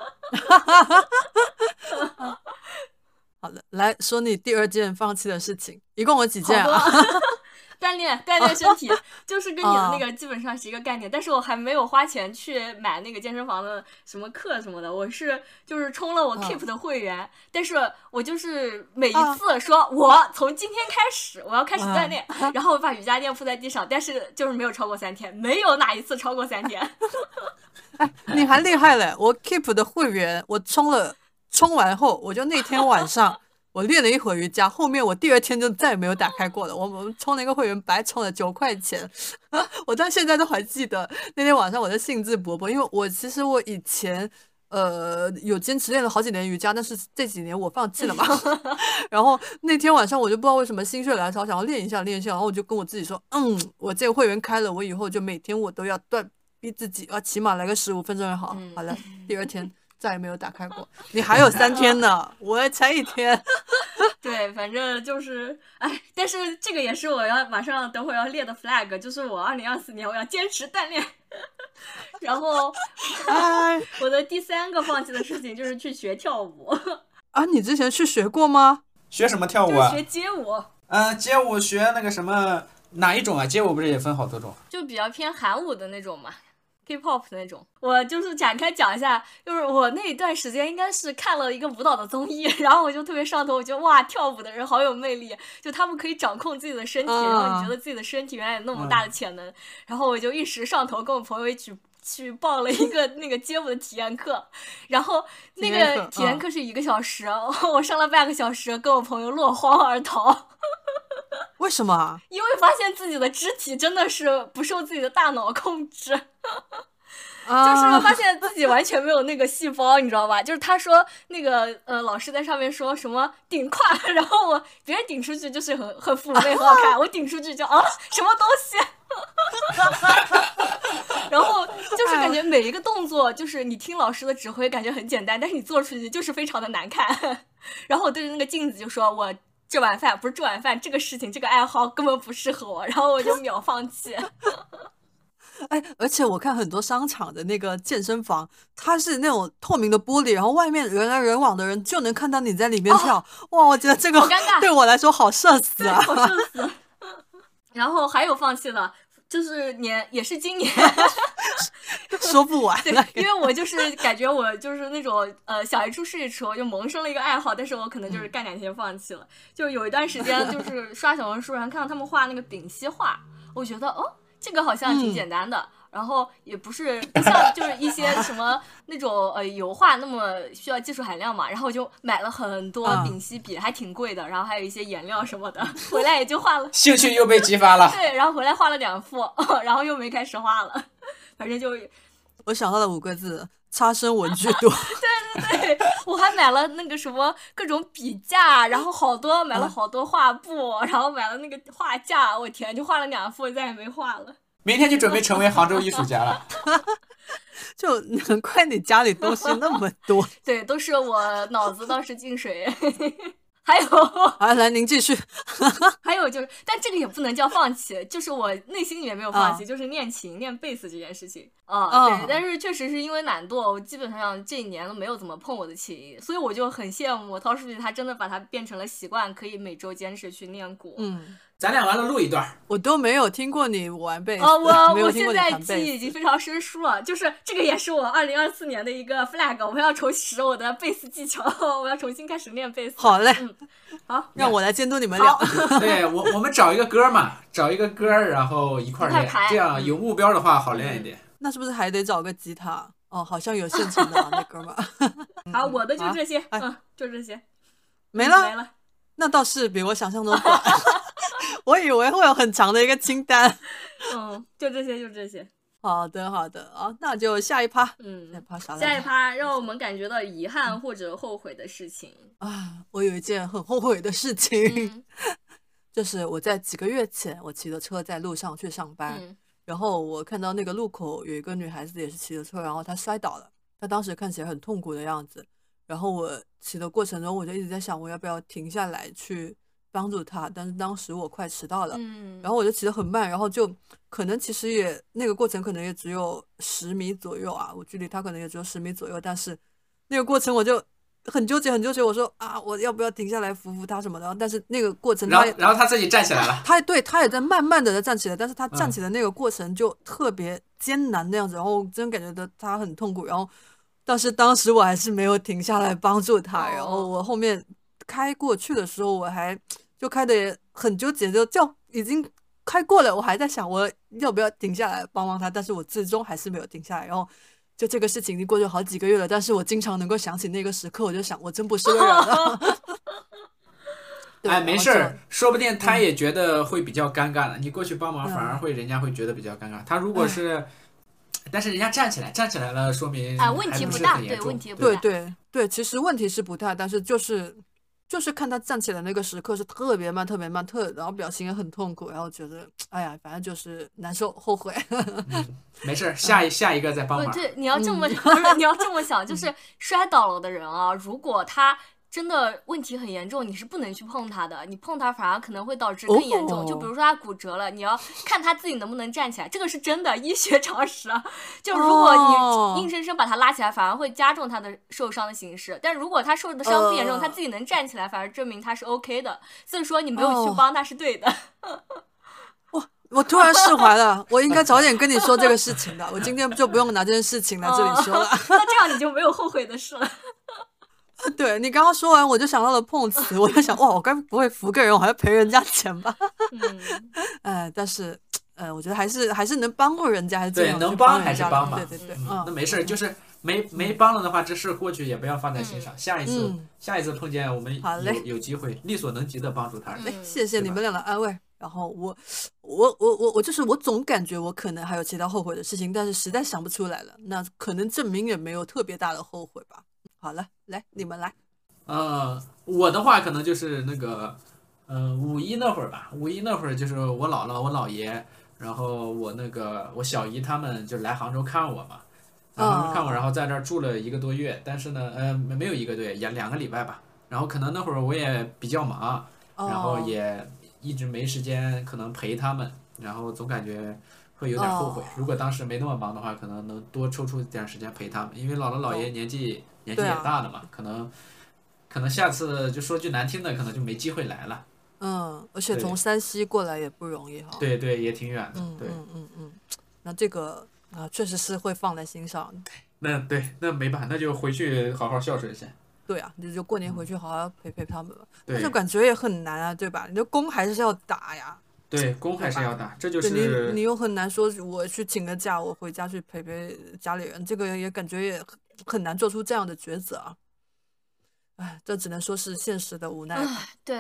好了，来说你第2件放弃的事情，一共有几件啊？ 锻炼身体，就是跟你的那个基本上是一个概念，但是我还没有花钱去买那个健身房的什么课什么的，我就是充了我 Keep 的会员，但是我就是每一次说我从今天开始我要开始锻炼，然后我把瑜伽垫铺在地上，但是就是没有超过3天，没有哪一次超过3天。 哎，你还厉害嘞！我 Keep 的会员我充完后，我就那天晚上我练了一会儿瑜伽，后面我第2天就再也没有打开过了。我们充那个会员白充了9块钱，我到现在都还记得那天晚上我的兴致勃勃，因为我以前有坚持练了好几年瑜伽，但是这几年我放弃了嘛。然后那天晚上我就不知道为什么心血来潮想要练一下，然后我就跟我自己说，我这个会员开了，我以后就每天我都要逼自己起码来个15分钟也好。好了，第2天再也没有打开过。你还有3天呢，我才1天。 对，反正就是但是这个也是我要马上等会儿要列的 flag， 就是我2024年我要坚持锻炼。然后我的第3个放弃的事情就是去学跳舞。 你之前去学过吗？ 学什么跳舞啊？ 就学街舞。 街舞学那个什么哪一种啊？街舞不是也分好多种？ 就比较偏韩舞的那种嘛。K-pop 那种，我就是展开讲一下，就是我那一段时间应该是看了一个舞蹈的综艺，然后我就特别上头，我觉得哇，跳舞的人好有魅力，就他们可以掌控自己的身体，然后你觉得自己的身体原来有那么大的潜能，然后我就一时上头，跟我朋友一起去报了一个那个街舞的体验课，然后那个体验课是1个小时，我上了半个小时，跟我朋友落荒而逃。 为什么啊？ 因为发现自己的肢体真的是不受自己的大脑控制。就是发现自己完全没有那个细胞，你知道吧？就是他说那个老师在上面说什么顶胯，然后别人顶出去就是很妩媚很好看，我顶出去就什么东西。然后就是感觉每一个动作，就是你听老师的指挥感觉很简单，但是你做出去就是非常的难看。然后我对着那个镜子就说，我这碗饭这个事情这个爱好根本不适合我，然后我就秒放弃。 而且我看很多商场的那个健身房，它是那种透明的玻璃，然后外面人来人往的人就能看到你在里面跳。哇，我觉得这个对我来说好社死啊， 好社死。然后还有放弃的，就是也是今年说不完了。 因为我就是感觉我就是那种小一出世时候就萌生了一个爱好，但是我可能就是干2天就放弃了。就是有一段时间就是刷小红书，然后看到他们画那个丙烯画，我觉得这个好像挺简单的。然后也不像就是一些什么那种油画那么需要技术含量嘛，然后我就买了很多丙烯笔，还挺贵的，然后还有一些颜料什么的，回来也就画了， 兴趣又被激发了。 对，然后回来画了2幅，然后又没开始画了，反正就我想到了5个字：差生文具多。 对，我还买了那个什么各种笔架，然后买了好多画布，然后买了那个画架，我天，就画了2幅，再也没画了。 明天就准备成为杭州艺术家了。 就难怪你家里东西那么多。 对，都是我脑子当时进水。还有来您继续。 还有就是，但这个也不能叫放弃，就是我内心里面没有放弃，就是练琴练贝斯这件事情对，但是确实是因为懒惰，我基本上这1年都没有怎么碰我的琴，所以我就很羡慕陶书记，他真的把它变成了习惯，可以每周坚持去练鼓。 咱俩完了录一段。 我都没有听过你玩贝斯。 我现在记忆已经非常生疏了，就是这个也是我2024年的一个 flag， 我要重拾我的贝斯技巧，我要重新开始练贝斯。 好嘞， 好， 让我来监督你们俩。 对，我们找一个歌嘛，找一个歌，然后一块练，这样有目标的话好练一点。 那是不是还得找个吉他？好像有现成的那哥们儿。 好，我的就这些，就这些， 没了。那倒是比我想象中短。我以为会有很长的一个清单。 就这些。 好的那就下一趴。 下一趴让我们感觉到遗憾或者后悔的事情我有一件很后悔的事情。就是我在几个月前，我骑着车在路上去上班，然后我看到那个路口有一个女孩子也是骑着车，然后她摔倒了，她当时看起来很痛苦的样子，然后我骑的过程中我就一直在想我要不要停下来去帮助她，但是当时我快迟到了，然后我就骑得很慢，然后就可能其实也那个过程可能也只有10米左右我距离她可能也只有10米左右，但是那个过程我就很纠结，我说我要不要停下来扶扶他什么的，但是那个过程然后他自己站起来了， 他也在慢慢的站起来，但是他站起来那个过程就特别艰难那样子，然后真感觉到他很痛苦，然后但是当时我还是没有停下来帮助他，然后我后面开过去的时候我还就开的也很纠结，就已经开过了，我还在想我要不要停下来帮他，但是我最终还是没有停下来，然后就这个事情已经过去好几个月了，但是我经常能够想起那个时刻，我就想我真不是个人了。 没事儿，说不定他也觉得会比较尴尬的，你过去帮忙反而人家会觉得比较尴尬。他如果是但是人家站起来了，说明问题不大，对，问题不大。 对，其实问题是不大，但是就是看他站起来那个时刻是特别慢，然后表情也很痛苦，然后觉得反正就是难受后悔。 没事，下一个再帮忙。 对，你要这么你要这么想，就是摔倒了的人如果他真的问题很严重，你是不能去碰他的，你碰他反而可能会导致更严重。就比如说他骨折了，你要看他自己能不能站起来，这个是真的医学常识就如果你硬生生把他拉起来，反而会加重他的受伤的形式。但如果他受的伤不严重，他自己能站起来，反而证明他是 OK 的。所以说你没有去帮他是对的。 我突然释怀了，我应该早点跟你说这个事情的，我今天就不用拿这件事情来这里说了。 那这样你就没有后悔的事了。 对，你刚刚说完我就想到了碰瓷，我就想我该不会扶个人我还要赔人家钱吧。但是我觉得还是能帮助人家，还是对，能帮还是帮嘛。 对， 那没事，就是没帮了的话，这事过去也不要放在心上，下一次碰见我们有机会力所能及的帮助他人。 谢谢你们俩的安慰。然后我就是我总感觉我可能还有其他后悔的事情，但是实在想不出来了，那可能证明也没有特别大的后悔吧。好了，来你们来。 我的话可能就是那个五一那会儿吧，就是我姥姥我姥爷，然后我小姨他们就来杭州看我嘛，然后在这儿住了1个多月，但是呢没有1个多月，也2个礼拜吧。然后可能那会儿我也比较忙，然后也一直没时间可能陪他们，然后总感觉会有点后悔。如果当时没那么忙的话，可能能多抽出点时间陪他们，因为姥姥姥爷年纪也大了嘛，可能下次就说句难听的，可能就没机会来了。 而且从山西过来也不容易哈。 对，也挺远的。对， 那这个啊，确实是会放在心上。 那没办法，那就回去好好孝顺一下。 对啊，就过年回去好好陪陪他们吧。但对是感觉也很难啊，对吧？你的工还是要打呀。 对，工还是要打，这就对是你又很难说，我去请个假，我回家去陪陪家里人，这个也感觉也很难做出这样的抉择啊。哎，这只能说是现实的无奈吧。 对，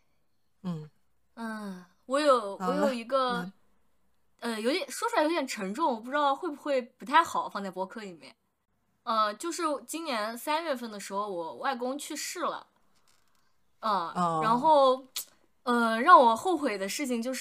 我有一个，有点说出来有点沉重，我不知道会不会不太好放在播客里面。就是今年3月份的时候，我外公去世了。然后，让我后悔的事情就是，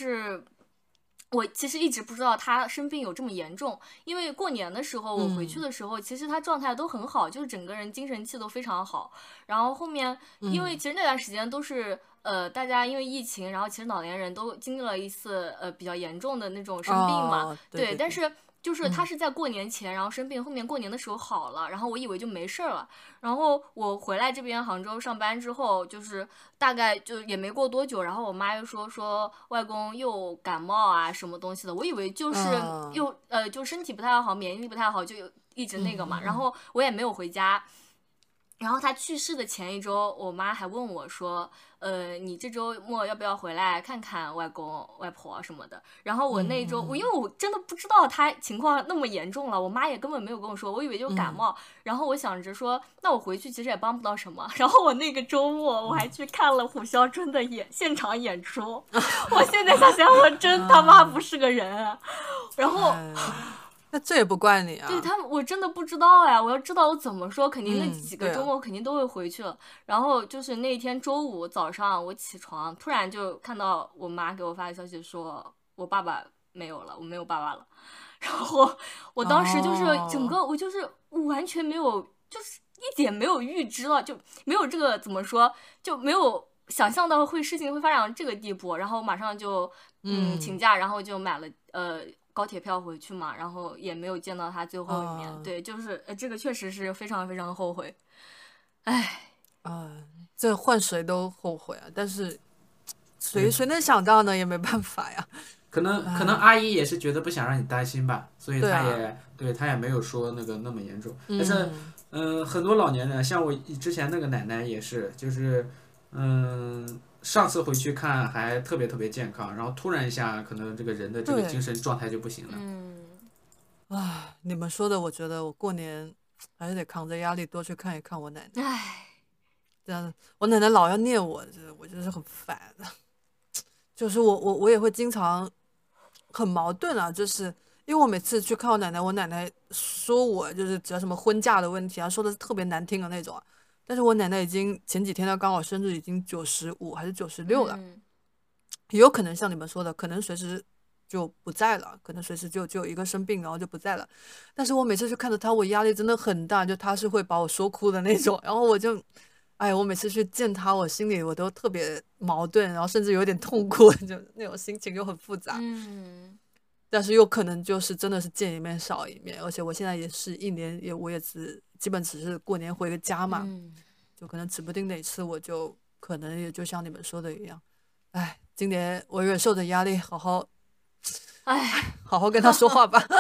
我其实一直不知道他生病有这么严重，因为过年的时候我回去的时候，其实他状态都很好，就是整个人精神气都非常好。然后后面，因为其实那段时间都是大家因为疫情，然后其实老年人都经历了一次比较严重的那种生病嘛， 对， 但是。就是他是在过年前，然后生病，后面过年的时候好了，然后我以为就没事了。然后我回来这边杭州上班之后，就是大概就也没过多久，然后我妈又说外公又感冒啊什么东西的，我以为就是又就身体不太好，免疫力不太好，就一直那个嘛。然后我也没有回家。然后他去世的前一周，我妈还问我说：“你这周末要不要回来看看外公外婆什么的？”然后我那一周，因为我真的不知道他情况那么严重了，我妈也根本没有跟我说，我以为就感冒。然后我想着说，那我回去其实也帮不到什么。然后我那个周末我还去看了虎啸春的现场演出。我现在想想，我真他妈不是个人啊。然后。 那这也不怪你啊。 对他们，我真的不知道呀。我要知道我怎么说，肯定那几个周末肯定都会回去了。然后就是那天周五早上，我起床突然就看到我妈给我发的消息，说我爸爸没有了，我没有爸爸了。然后我当时就是整个我就是完全没有，就是一点没有预知了，就没有这个怎么说，就没有想象到事情会发展到这个地步。然后马上就请假，然后就买了高铁票回去嘛，然后也没有见到他最后一面。对，就是这个确实是非常非常后悔。哎， 这换谁都后悔啊，但是谁能想到呢？也没办法呀。 可能阿姨也是觉得不想让你担心吧，所以她也没有说那么严重。但是很多老年人，像我之前那个奶奶也是，就是上次回去看还特别特别健康，然后突然一下可能这个人的这个精神状态就不行了。 你们说的，我觉得我过年还是得扛着压力多去看一看我奶奶。这样我奶奶老要念我就是很烦。就是我也会经常很矛盾啊，就是因为我每次去看我奶奶说我就是只要什么婚嫁的问题啊，说的是特别难听的那种啊。但是我奶奶已经前几天她刚好生日，已经95还是96了，也有可能像你们说的，可能随时就不在了，可能随时就有一个生病然后就不在了。但是我每次去看着她，我压力真的很大，就她是会把我说哭的那种。然后我就，我每次去见她，我心里我都特别矛盾，然后甚至有点痛苦，就那种心情就很复杂。但是又可能就是真的是见一面少一面，而且我现在也是一年我也基本只是过年回个家嘛，就可能指不定哪次我就可能也就像你们说的一样，今年我忍受的压力，好好跟他说话吧。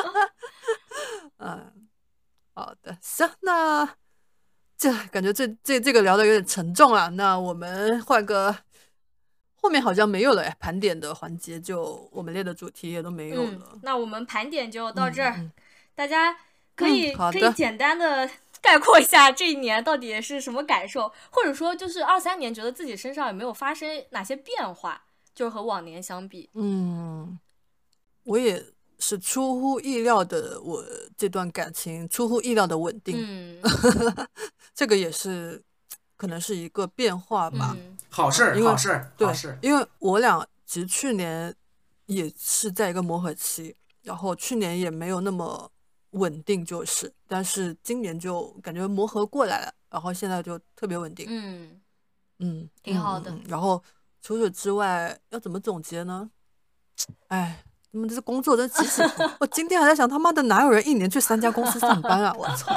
好的，行，那这感觉这个聊的有点沉重啊，那我们换个。后面好像没有了盘点的环节，就我们列的主题也都没有了。 那我们盘点就到这儿，大家可以简单的概括一下这一年到底是什么感受，或者说就是23年觉得自己身上有没有发生哪些变化，就是和往年相比。 我也是出乎意料的，我这段感情出乎意料的稳定。这个也是可能是一个变化吧。 好事， 因为我俩其实去年也是在一个磨合期，然后去年也没有那么稳定，但是今年就感觉磨合过来了，然后现在就特别稳定。 挺好的。 然后除此之外，要怎么总结呢？你们这工作真极其苦。我今天还在想，他妈的哪有人一年去3家公司上班啊？我操！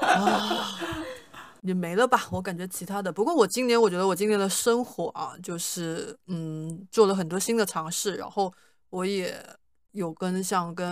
也没了吧，我感觉其他的。不过我觉得我今年的生活啊，就是做了很多新的尝试，然后我也有跟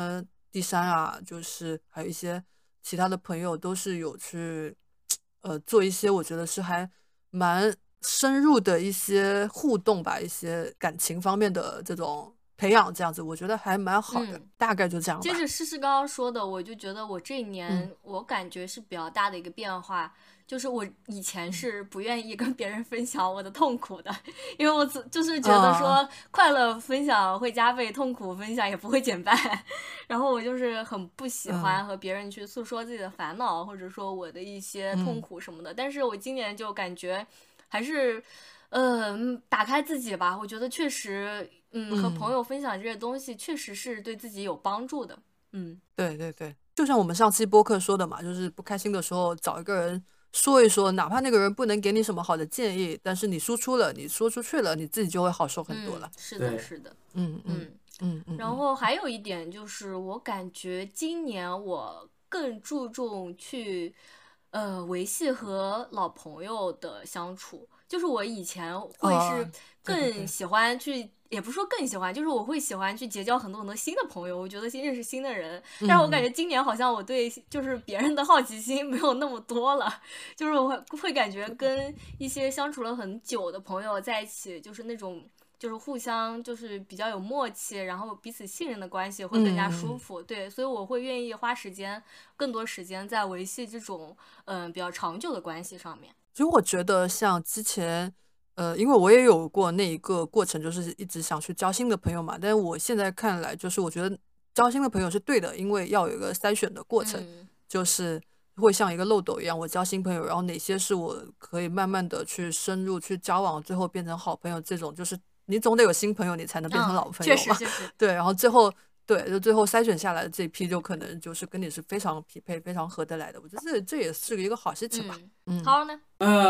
第三啊，就是还有一些其他的朋友都是有去做一些我觉得是还蛮深入的一些互动吧，一些感情方面的这种培养，这样子我觉得还蛮好的。大概就这样吧。 接着诗诗刚刚说的，我就觉得我这一年我感觉是比较大的一个变化，就是我以前是不愿意跟别人分享我的痛苦的，因为我就是觉得说快乐分享会加倍，痛苦分享也不会减半，然后我就是很不喜欢和别人去诉说自己的烦恼，或者说我的一些痛苦什么的。但是我今年就感觉还是打开自己吧，我觉得确实和朋友分享这些东西确实是对自己有帮助的。 对对对，就像我们上期播客说的嘛，就是不开心的时候找一个人说一说，哪怕那个人不能给你什么好的建议，但是你输出了，你说出去了，你自己就会好受很多了。 是的是的。然后还有一点就是我感觉今年我更注重去维系和老朋友的相处，就是我以前会是更喜欢去也不是说更喜欢，就是我会喜欢去结交很多很多新的朋友，我觉得认识新的人。但是我感觉今年好像我对就是别人的好奇心没有那么多了，就是我会感觉跟一些相处了很久的朋友在一起，就是那种就是互相就是比较有默契，然后彼此信任的关系会更加舒服。对，所以我会愿意花更多时间在维系这种比较长久的关系上面。 其实我觉得像之前因为我也有过那一个过程，就是一直想去交新的朋友嘛，但是我现在看来就是我觉得交新的朋友是对的，因为要有一个筛选的过程，就是会像一个漏斗一样，我交新朋友，然后哪些是我可以慢慢的去深入去交往，最后变成好朋友，这种就是你总得有新朋友你才能变成老朋友嘛。 确实对，然后最后筛选下来的这一批就可能就是跟你是非常匹配非常合得来的，我觉得这也是一个好事情吧。 好呢，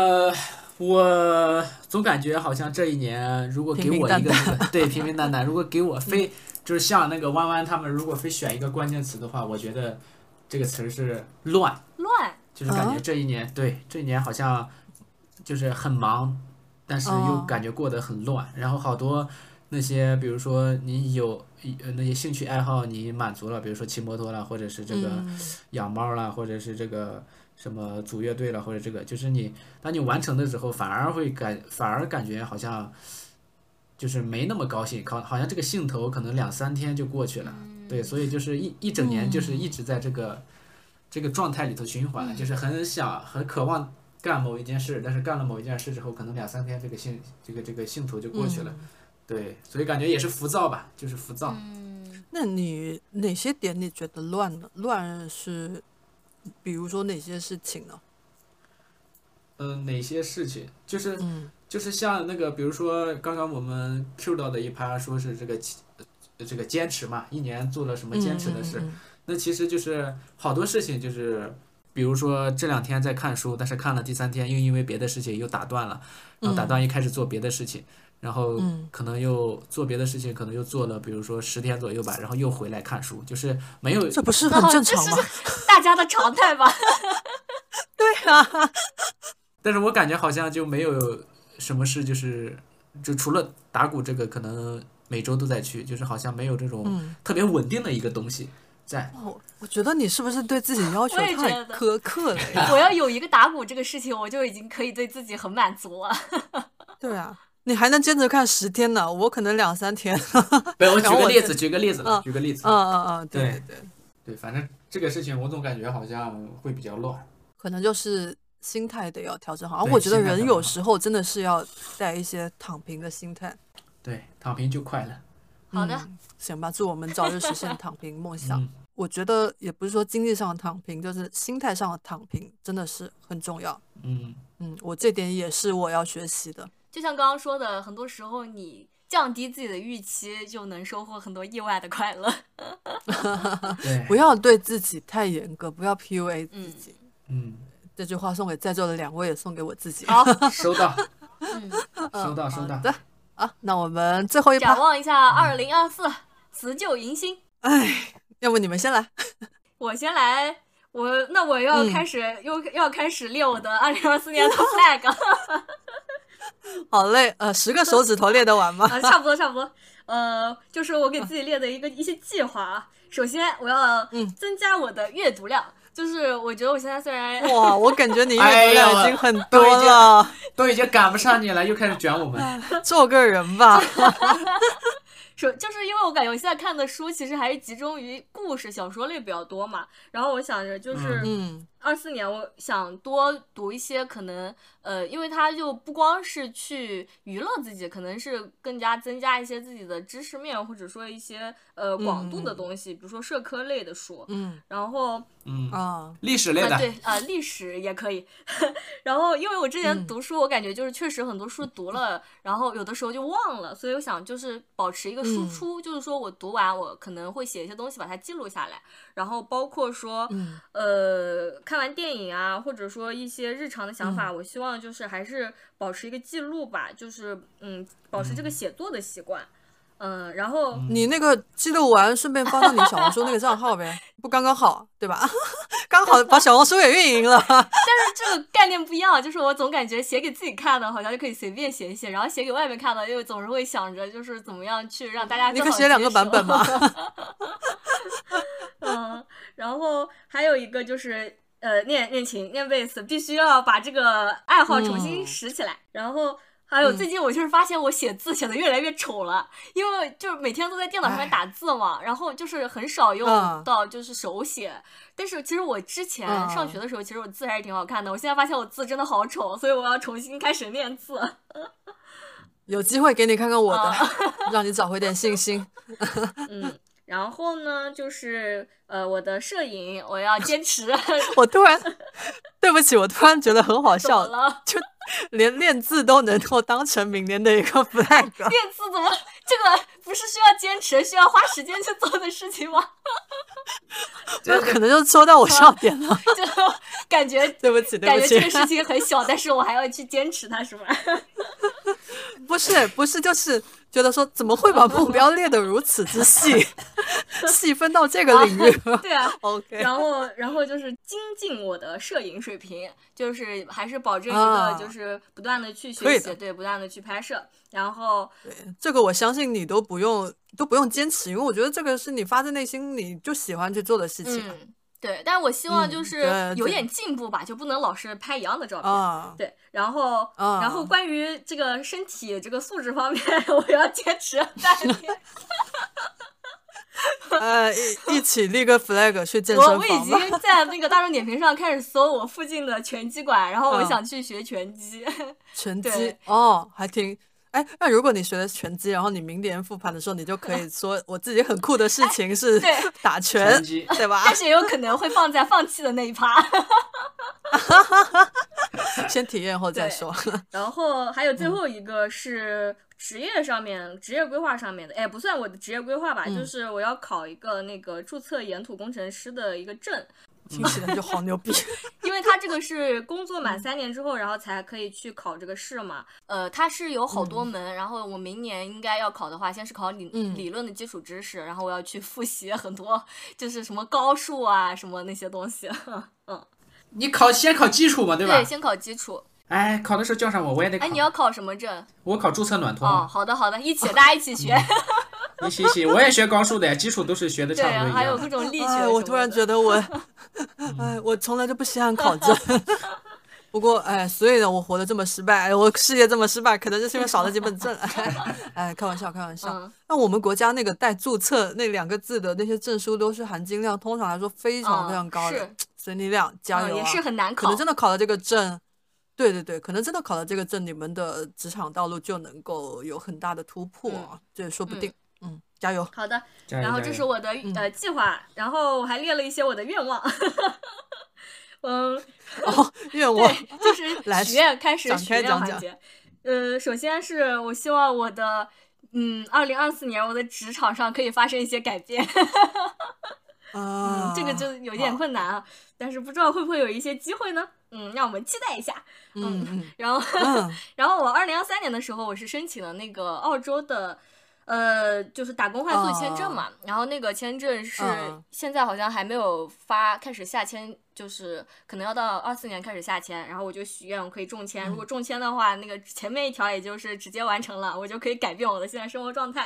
我总感觉好像这一年如果给我一个对平平淡淡，如果给我非就是像那个弯弯他们如果非选一个关键词的话，我觉得这个词是乱，就是感觉这一年对这一年好像就是很忙，但是又感觉过得很乱，然后好多那些比如说你有那些兴趣爱好你满足了，比如说骑摩托了，或者是这个养猫了，或者是这个什么组乐队了，或者这个就是当你完成的时候反而感觉好像就是没那么高兴，好像这个兴头可能2-3天就过去了。对，所以就是一整年就是一直在这个状态里头循环，就是很渴望干某一件事，但是干了某一件事之后可能2-3天这个兴头就过去了。对，所以感觉也是浮躁吧，就是浮躁。 那你哪些点你觉得乱呢？乱是比如说哪些事情呢？ 哪些事情就是像那个比如说刚刚我们 Q 到的一趴说是这个坚持嘛，一年做了什么坚持的事，那其实就是好多事情，就是比如说这2天在看书，但是看了第3天又因为别的事情又打断了，然后打断又开始做别的事情，然后可能又做别的事情，可能又做了比如说10天左右吧，然后又回来看书，就是没有， 这不是很正常吗？ 大家的常态吧。 对啊， 但是我感觉好像就没有什么事，就除了打鼓这个可能每周都在去，就是好像没有这种特别稳定的一个东西在。 我觉得你是不是对自己要求太苛刻了呀？ 我要有一个打鼓这个事情，我就已经可以对自己很满足了。 对啊，你还能坚持看10天呢，我可能2-3天。 对，我举个例子，对，反正这个事情我总感觉好像会比较乱， 可能就是心态得要调整好。我觉得人有时候真的是要带一些躺平的心态。 对，躺平就快乐。 好的， 行吧，祝我们早日实现躺平梦想。我觉得也不是说经济上的躺平，就是心态上的躺平，真的是很重要。我这点也是我要学习的。 就像刚刚说的，很多时候你降低自己的预期，就能收获很多意外的快乐。 不要对自己太严格，不要 PUA 自己。这句话送给在座的2位，也送给我自己。 好， 收到。收到。 对，那我们最后一趴， 展望一下2024，辞旧迎新。 要不你们先来？ 我先来。我要开始、又要开始列我的2024年的 flag。 好嘞，10个手指头列得完吗？ 差不多。 就是我给自己列的一些计划啊。首先，我要增加我的阅读量。就是我觉得我现在虽然哇，我感觉你阅读量已经很多了， 都已经赶不上你了，又开始卷我们。 做个人吧。 就是因为我感觉我现在看的书其实还是集中于故事小说类比较多嘛，然后我想着就是24年我想多读一些可能因为它就不光是去娱乐自己，可能是更加增加一些自己的知识面，或者说一些广度的东西，比如说社科类的书，然后历史类的， 对历史也可以。然后因为我之前读书，我感觉就是确实很多书读了，然后有的时候就忘了，所以我想就是保持一个输出，就是说我读完我可能会写一些东西把它记录下来，然后包括说看完电影啊，或者说一些日常的想法，我希望就是还是保持一个记录吧，就是保持这个写作的习惯。然后你那个记录完顺便发到你小红书那个账号呗，不刚刚好对吧？刚好把小红书也运营了。但是这个概念不一样，就是我总感觉写给自己看的好像就可以随便写一写，然后写给外面看的又总是会想着就是怎么样去让大家更好接受。 你可以写2个版本嘛。 然后还有一个就是练琴练贝斯，必须要把这个爱好重新拾起来。然后还有最近我就是发现我写字写的越来越丑了，因为就是每天都在电脑上面打字嘛，然后就是很少用到就是手写。但是其实我之前上学的时候，其实我字还是挺好看的。我现在发现我字真的好丑，所以我要重新开始练字。 有机会给你看看我的，让你找回点信心。 然后呢，就是我的摄影我要坚持。 对不起，我突然觉得很好笑， 就连练字都能够当成明年的一个 flag。 练字怎么这个不是需要坚持、需要花时间去做的事情吗？ 这可能就说到我笑点了。 就感觉对不起， 感觉这个事情很小，但是我还要去坚持它，是吧？ 不是，就是觉得说怎么会把目标列得如此之细，细分到这个领域。 对啊。 OK。 然后就是精进我的摄影水平，就是还是保证一个就是不断的去学习，对，不断的去拍摄。然后对这个我相信你都不用坚持，因为我觉得这个是你发自内心你就喜欢去做的事情。 对，但是我希望就是有点进步吧，就不能老是拍一样的照片。对，然后关于这个身体这个素质方面，我要坚持锻炼。 一起立个 flag 去健身房。 我已经在那个大众点评上开始搜我附近的拳击馆，然后我想去学拳击。 拳击还挺。那如果你学的拳击，然后你明年复盘的时候，你就可以说我自己很酷的事情是打拳，对吧？ 但是也有可能会放在放弃的那一趴。 先体验后再说。 然后还有最后一个是职业上面、职业规划上面的，不算我的职业规划吧，就是我要考一个那个注册岩土工程师的一个证。 听起来就好牛逼。 因为他这个是工作满3年之后，然后才可以去考这个试嘛。它是有好多门，然后我明年应该要考的话，先是考理论的基础知识，然后我要去复习很多，就是什么高数啊，什么那些东西。 你先考基础嘛，对吧？ 对，先考基础。 考的时候叫上我也得考。 你要考什么证？ 我考注册暖通。 好的，大家一起学。 一起，我也学高数的呀，基础都是学的差不多一样。 对，还有各种力学。 我突然觉得我从来就不稀罕考证。不过所以呢，我活得这么失败，我事业这么失败，可能就是因为少了几本证。开玩笑。那我们国家那个带注册那2个字的那些证书，都是含金量通常来说非常非常高的。随你俩加油啊！ 也是很难考， 可能真的考了这个证。对，可能真的考了这个证，你们的职场道路就能够有很大的突破，这也说不定。加油！ 好的，然后这是我的计划，然后我还列了一些我的愿望。 愿望对，就是许愿，开始许愿环节。首先是我希望我的2024年我的职场上可以发生一些改变。这个就有点困难啊，但是不知道会不会有一些机会呢？让我们期待一下。然后我2023年的时候，我是申请了那个澳洲的。就是打工换宿签证嘛，然后那个签证是现在好像还没有开始下签，就是可能要到24年开始下签，然后我就许愿我可以中签，如果中签的话，那个前面一条也就是直接完成了，我就可以改变我的现在生活状态。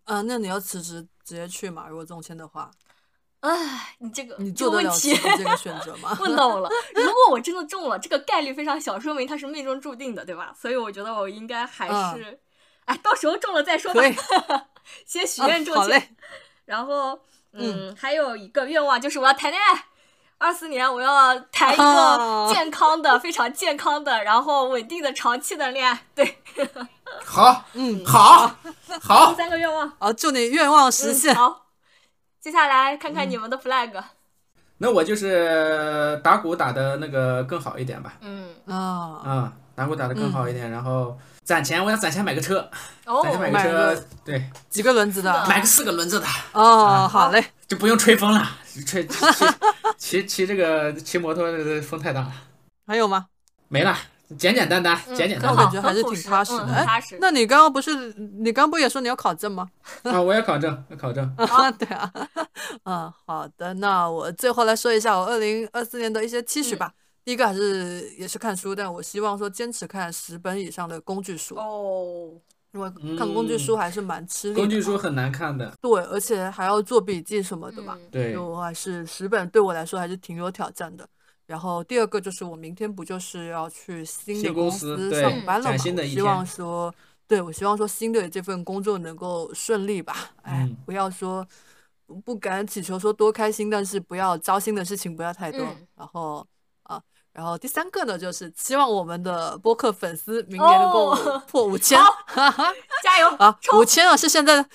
那你要辞职直接去嘛？如果中签的话， 哎，你做得了辞职这个选择吗？ 问到我了。如果我真的中了，这个概率非常小，说明它是命中注定的，对吧？所以我觉得我应该还是，到时候中了再说吧。先许愿中签。 好嘞。 然后，还有一个愿望就是我要谈恋爱。24年我要谈一个健康的、非常健康的，然后稳定的、长期的恋爱。对。 好，好。 3个愿望。 好，祝你愿望实现。 好。接下来看看你们的 flag。 那我就是打鼓打的那个更好一点吧。打鼓打的更好一点，然后攒钱，我要攒钱买个车。攒钱买个车，对， 几个轮子的？ 买个4个轮子的。 好嘞， 就不用吹风了，骑这个骑摩托风太大了。 还有吗？ 没了。简简单单，简简单单， 我感觉还是挺踏实的。那你刚刚不也说你要考证吗？ 我要考证， 对啊，好的，那我最后来说一下我2024年的一些期许吧。第一个也是看书，但我希望说坚持看10本以上的工具书。因为看工具书还是蛮吃力的， 工具书很难看的。 对，而且还要做笔记什么的嘛。 对， 就还是10本对我来说还是挺有挑战的。然后第二个就是我明天不就是要去新的公司上班了嘛？希望说新的这份工作能够顺利吧。不要说不敢祈求说多开心，但是不要糟心的事情不要太多。然后第三个呢，就是希望我们的播客粉丝明年能够破5000， 加油啊！5000是现在的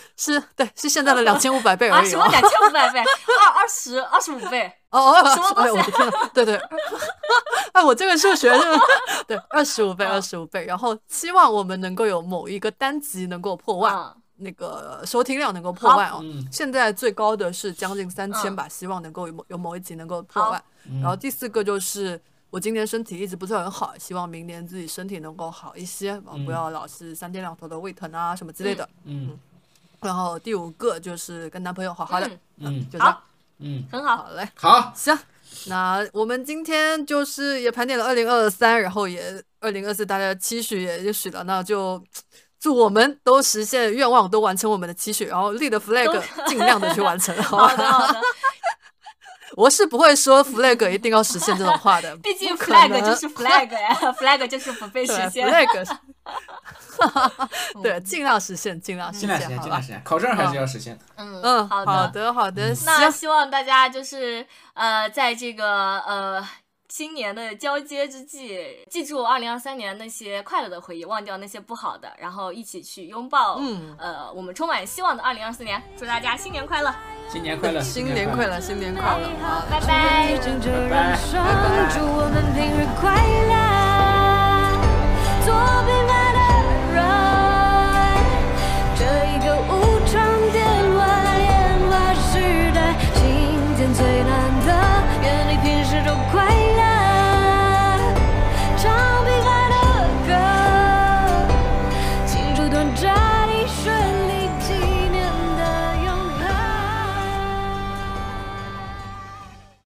2500倍而已。 什么2500倍？25倍？什么东西？ 我的天哪！对，我这个数学是对25倍。然后希望我们能够有某一个单集能够破万，那个收听量能够破万哦。现在最高的是将近3000吧，希望能够有某一集能够破万。然后第4个就是我今年身体一直不是很好，希望明年自己身体能够好一些，不要老是3天2头的胃疼啊什么之类的。然后第5个就是跟男朋友好好的。就这样。 很好。 好嘞。 好， 行。那我们今天就是也盘点了2023，然后也2024大家的期许也许了，那就祝我们都实现愿望，都完成我们的期许，然后立的 flag 尽量的去完成。 好的。 我是不会说 flag 一定要实现这种话的， 毕竟 flag 就是 flag 呀，flag 就是不被实现。 flag 对，尽量实现， 考证还是要实现的。好的。 那希望大家就是在这个新年的交接之际，记住2023年那些快乐的回忆，忘掉那些不好的，然后一起去拥抱我们充满希望的2024年。祝大家新年快乐！ 新年快乐！ 好， 拜拜！ 拜拜！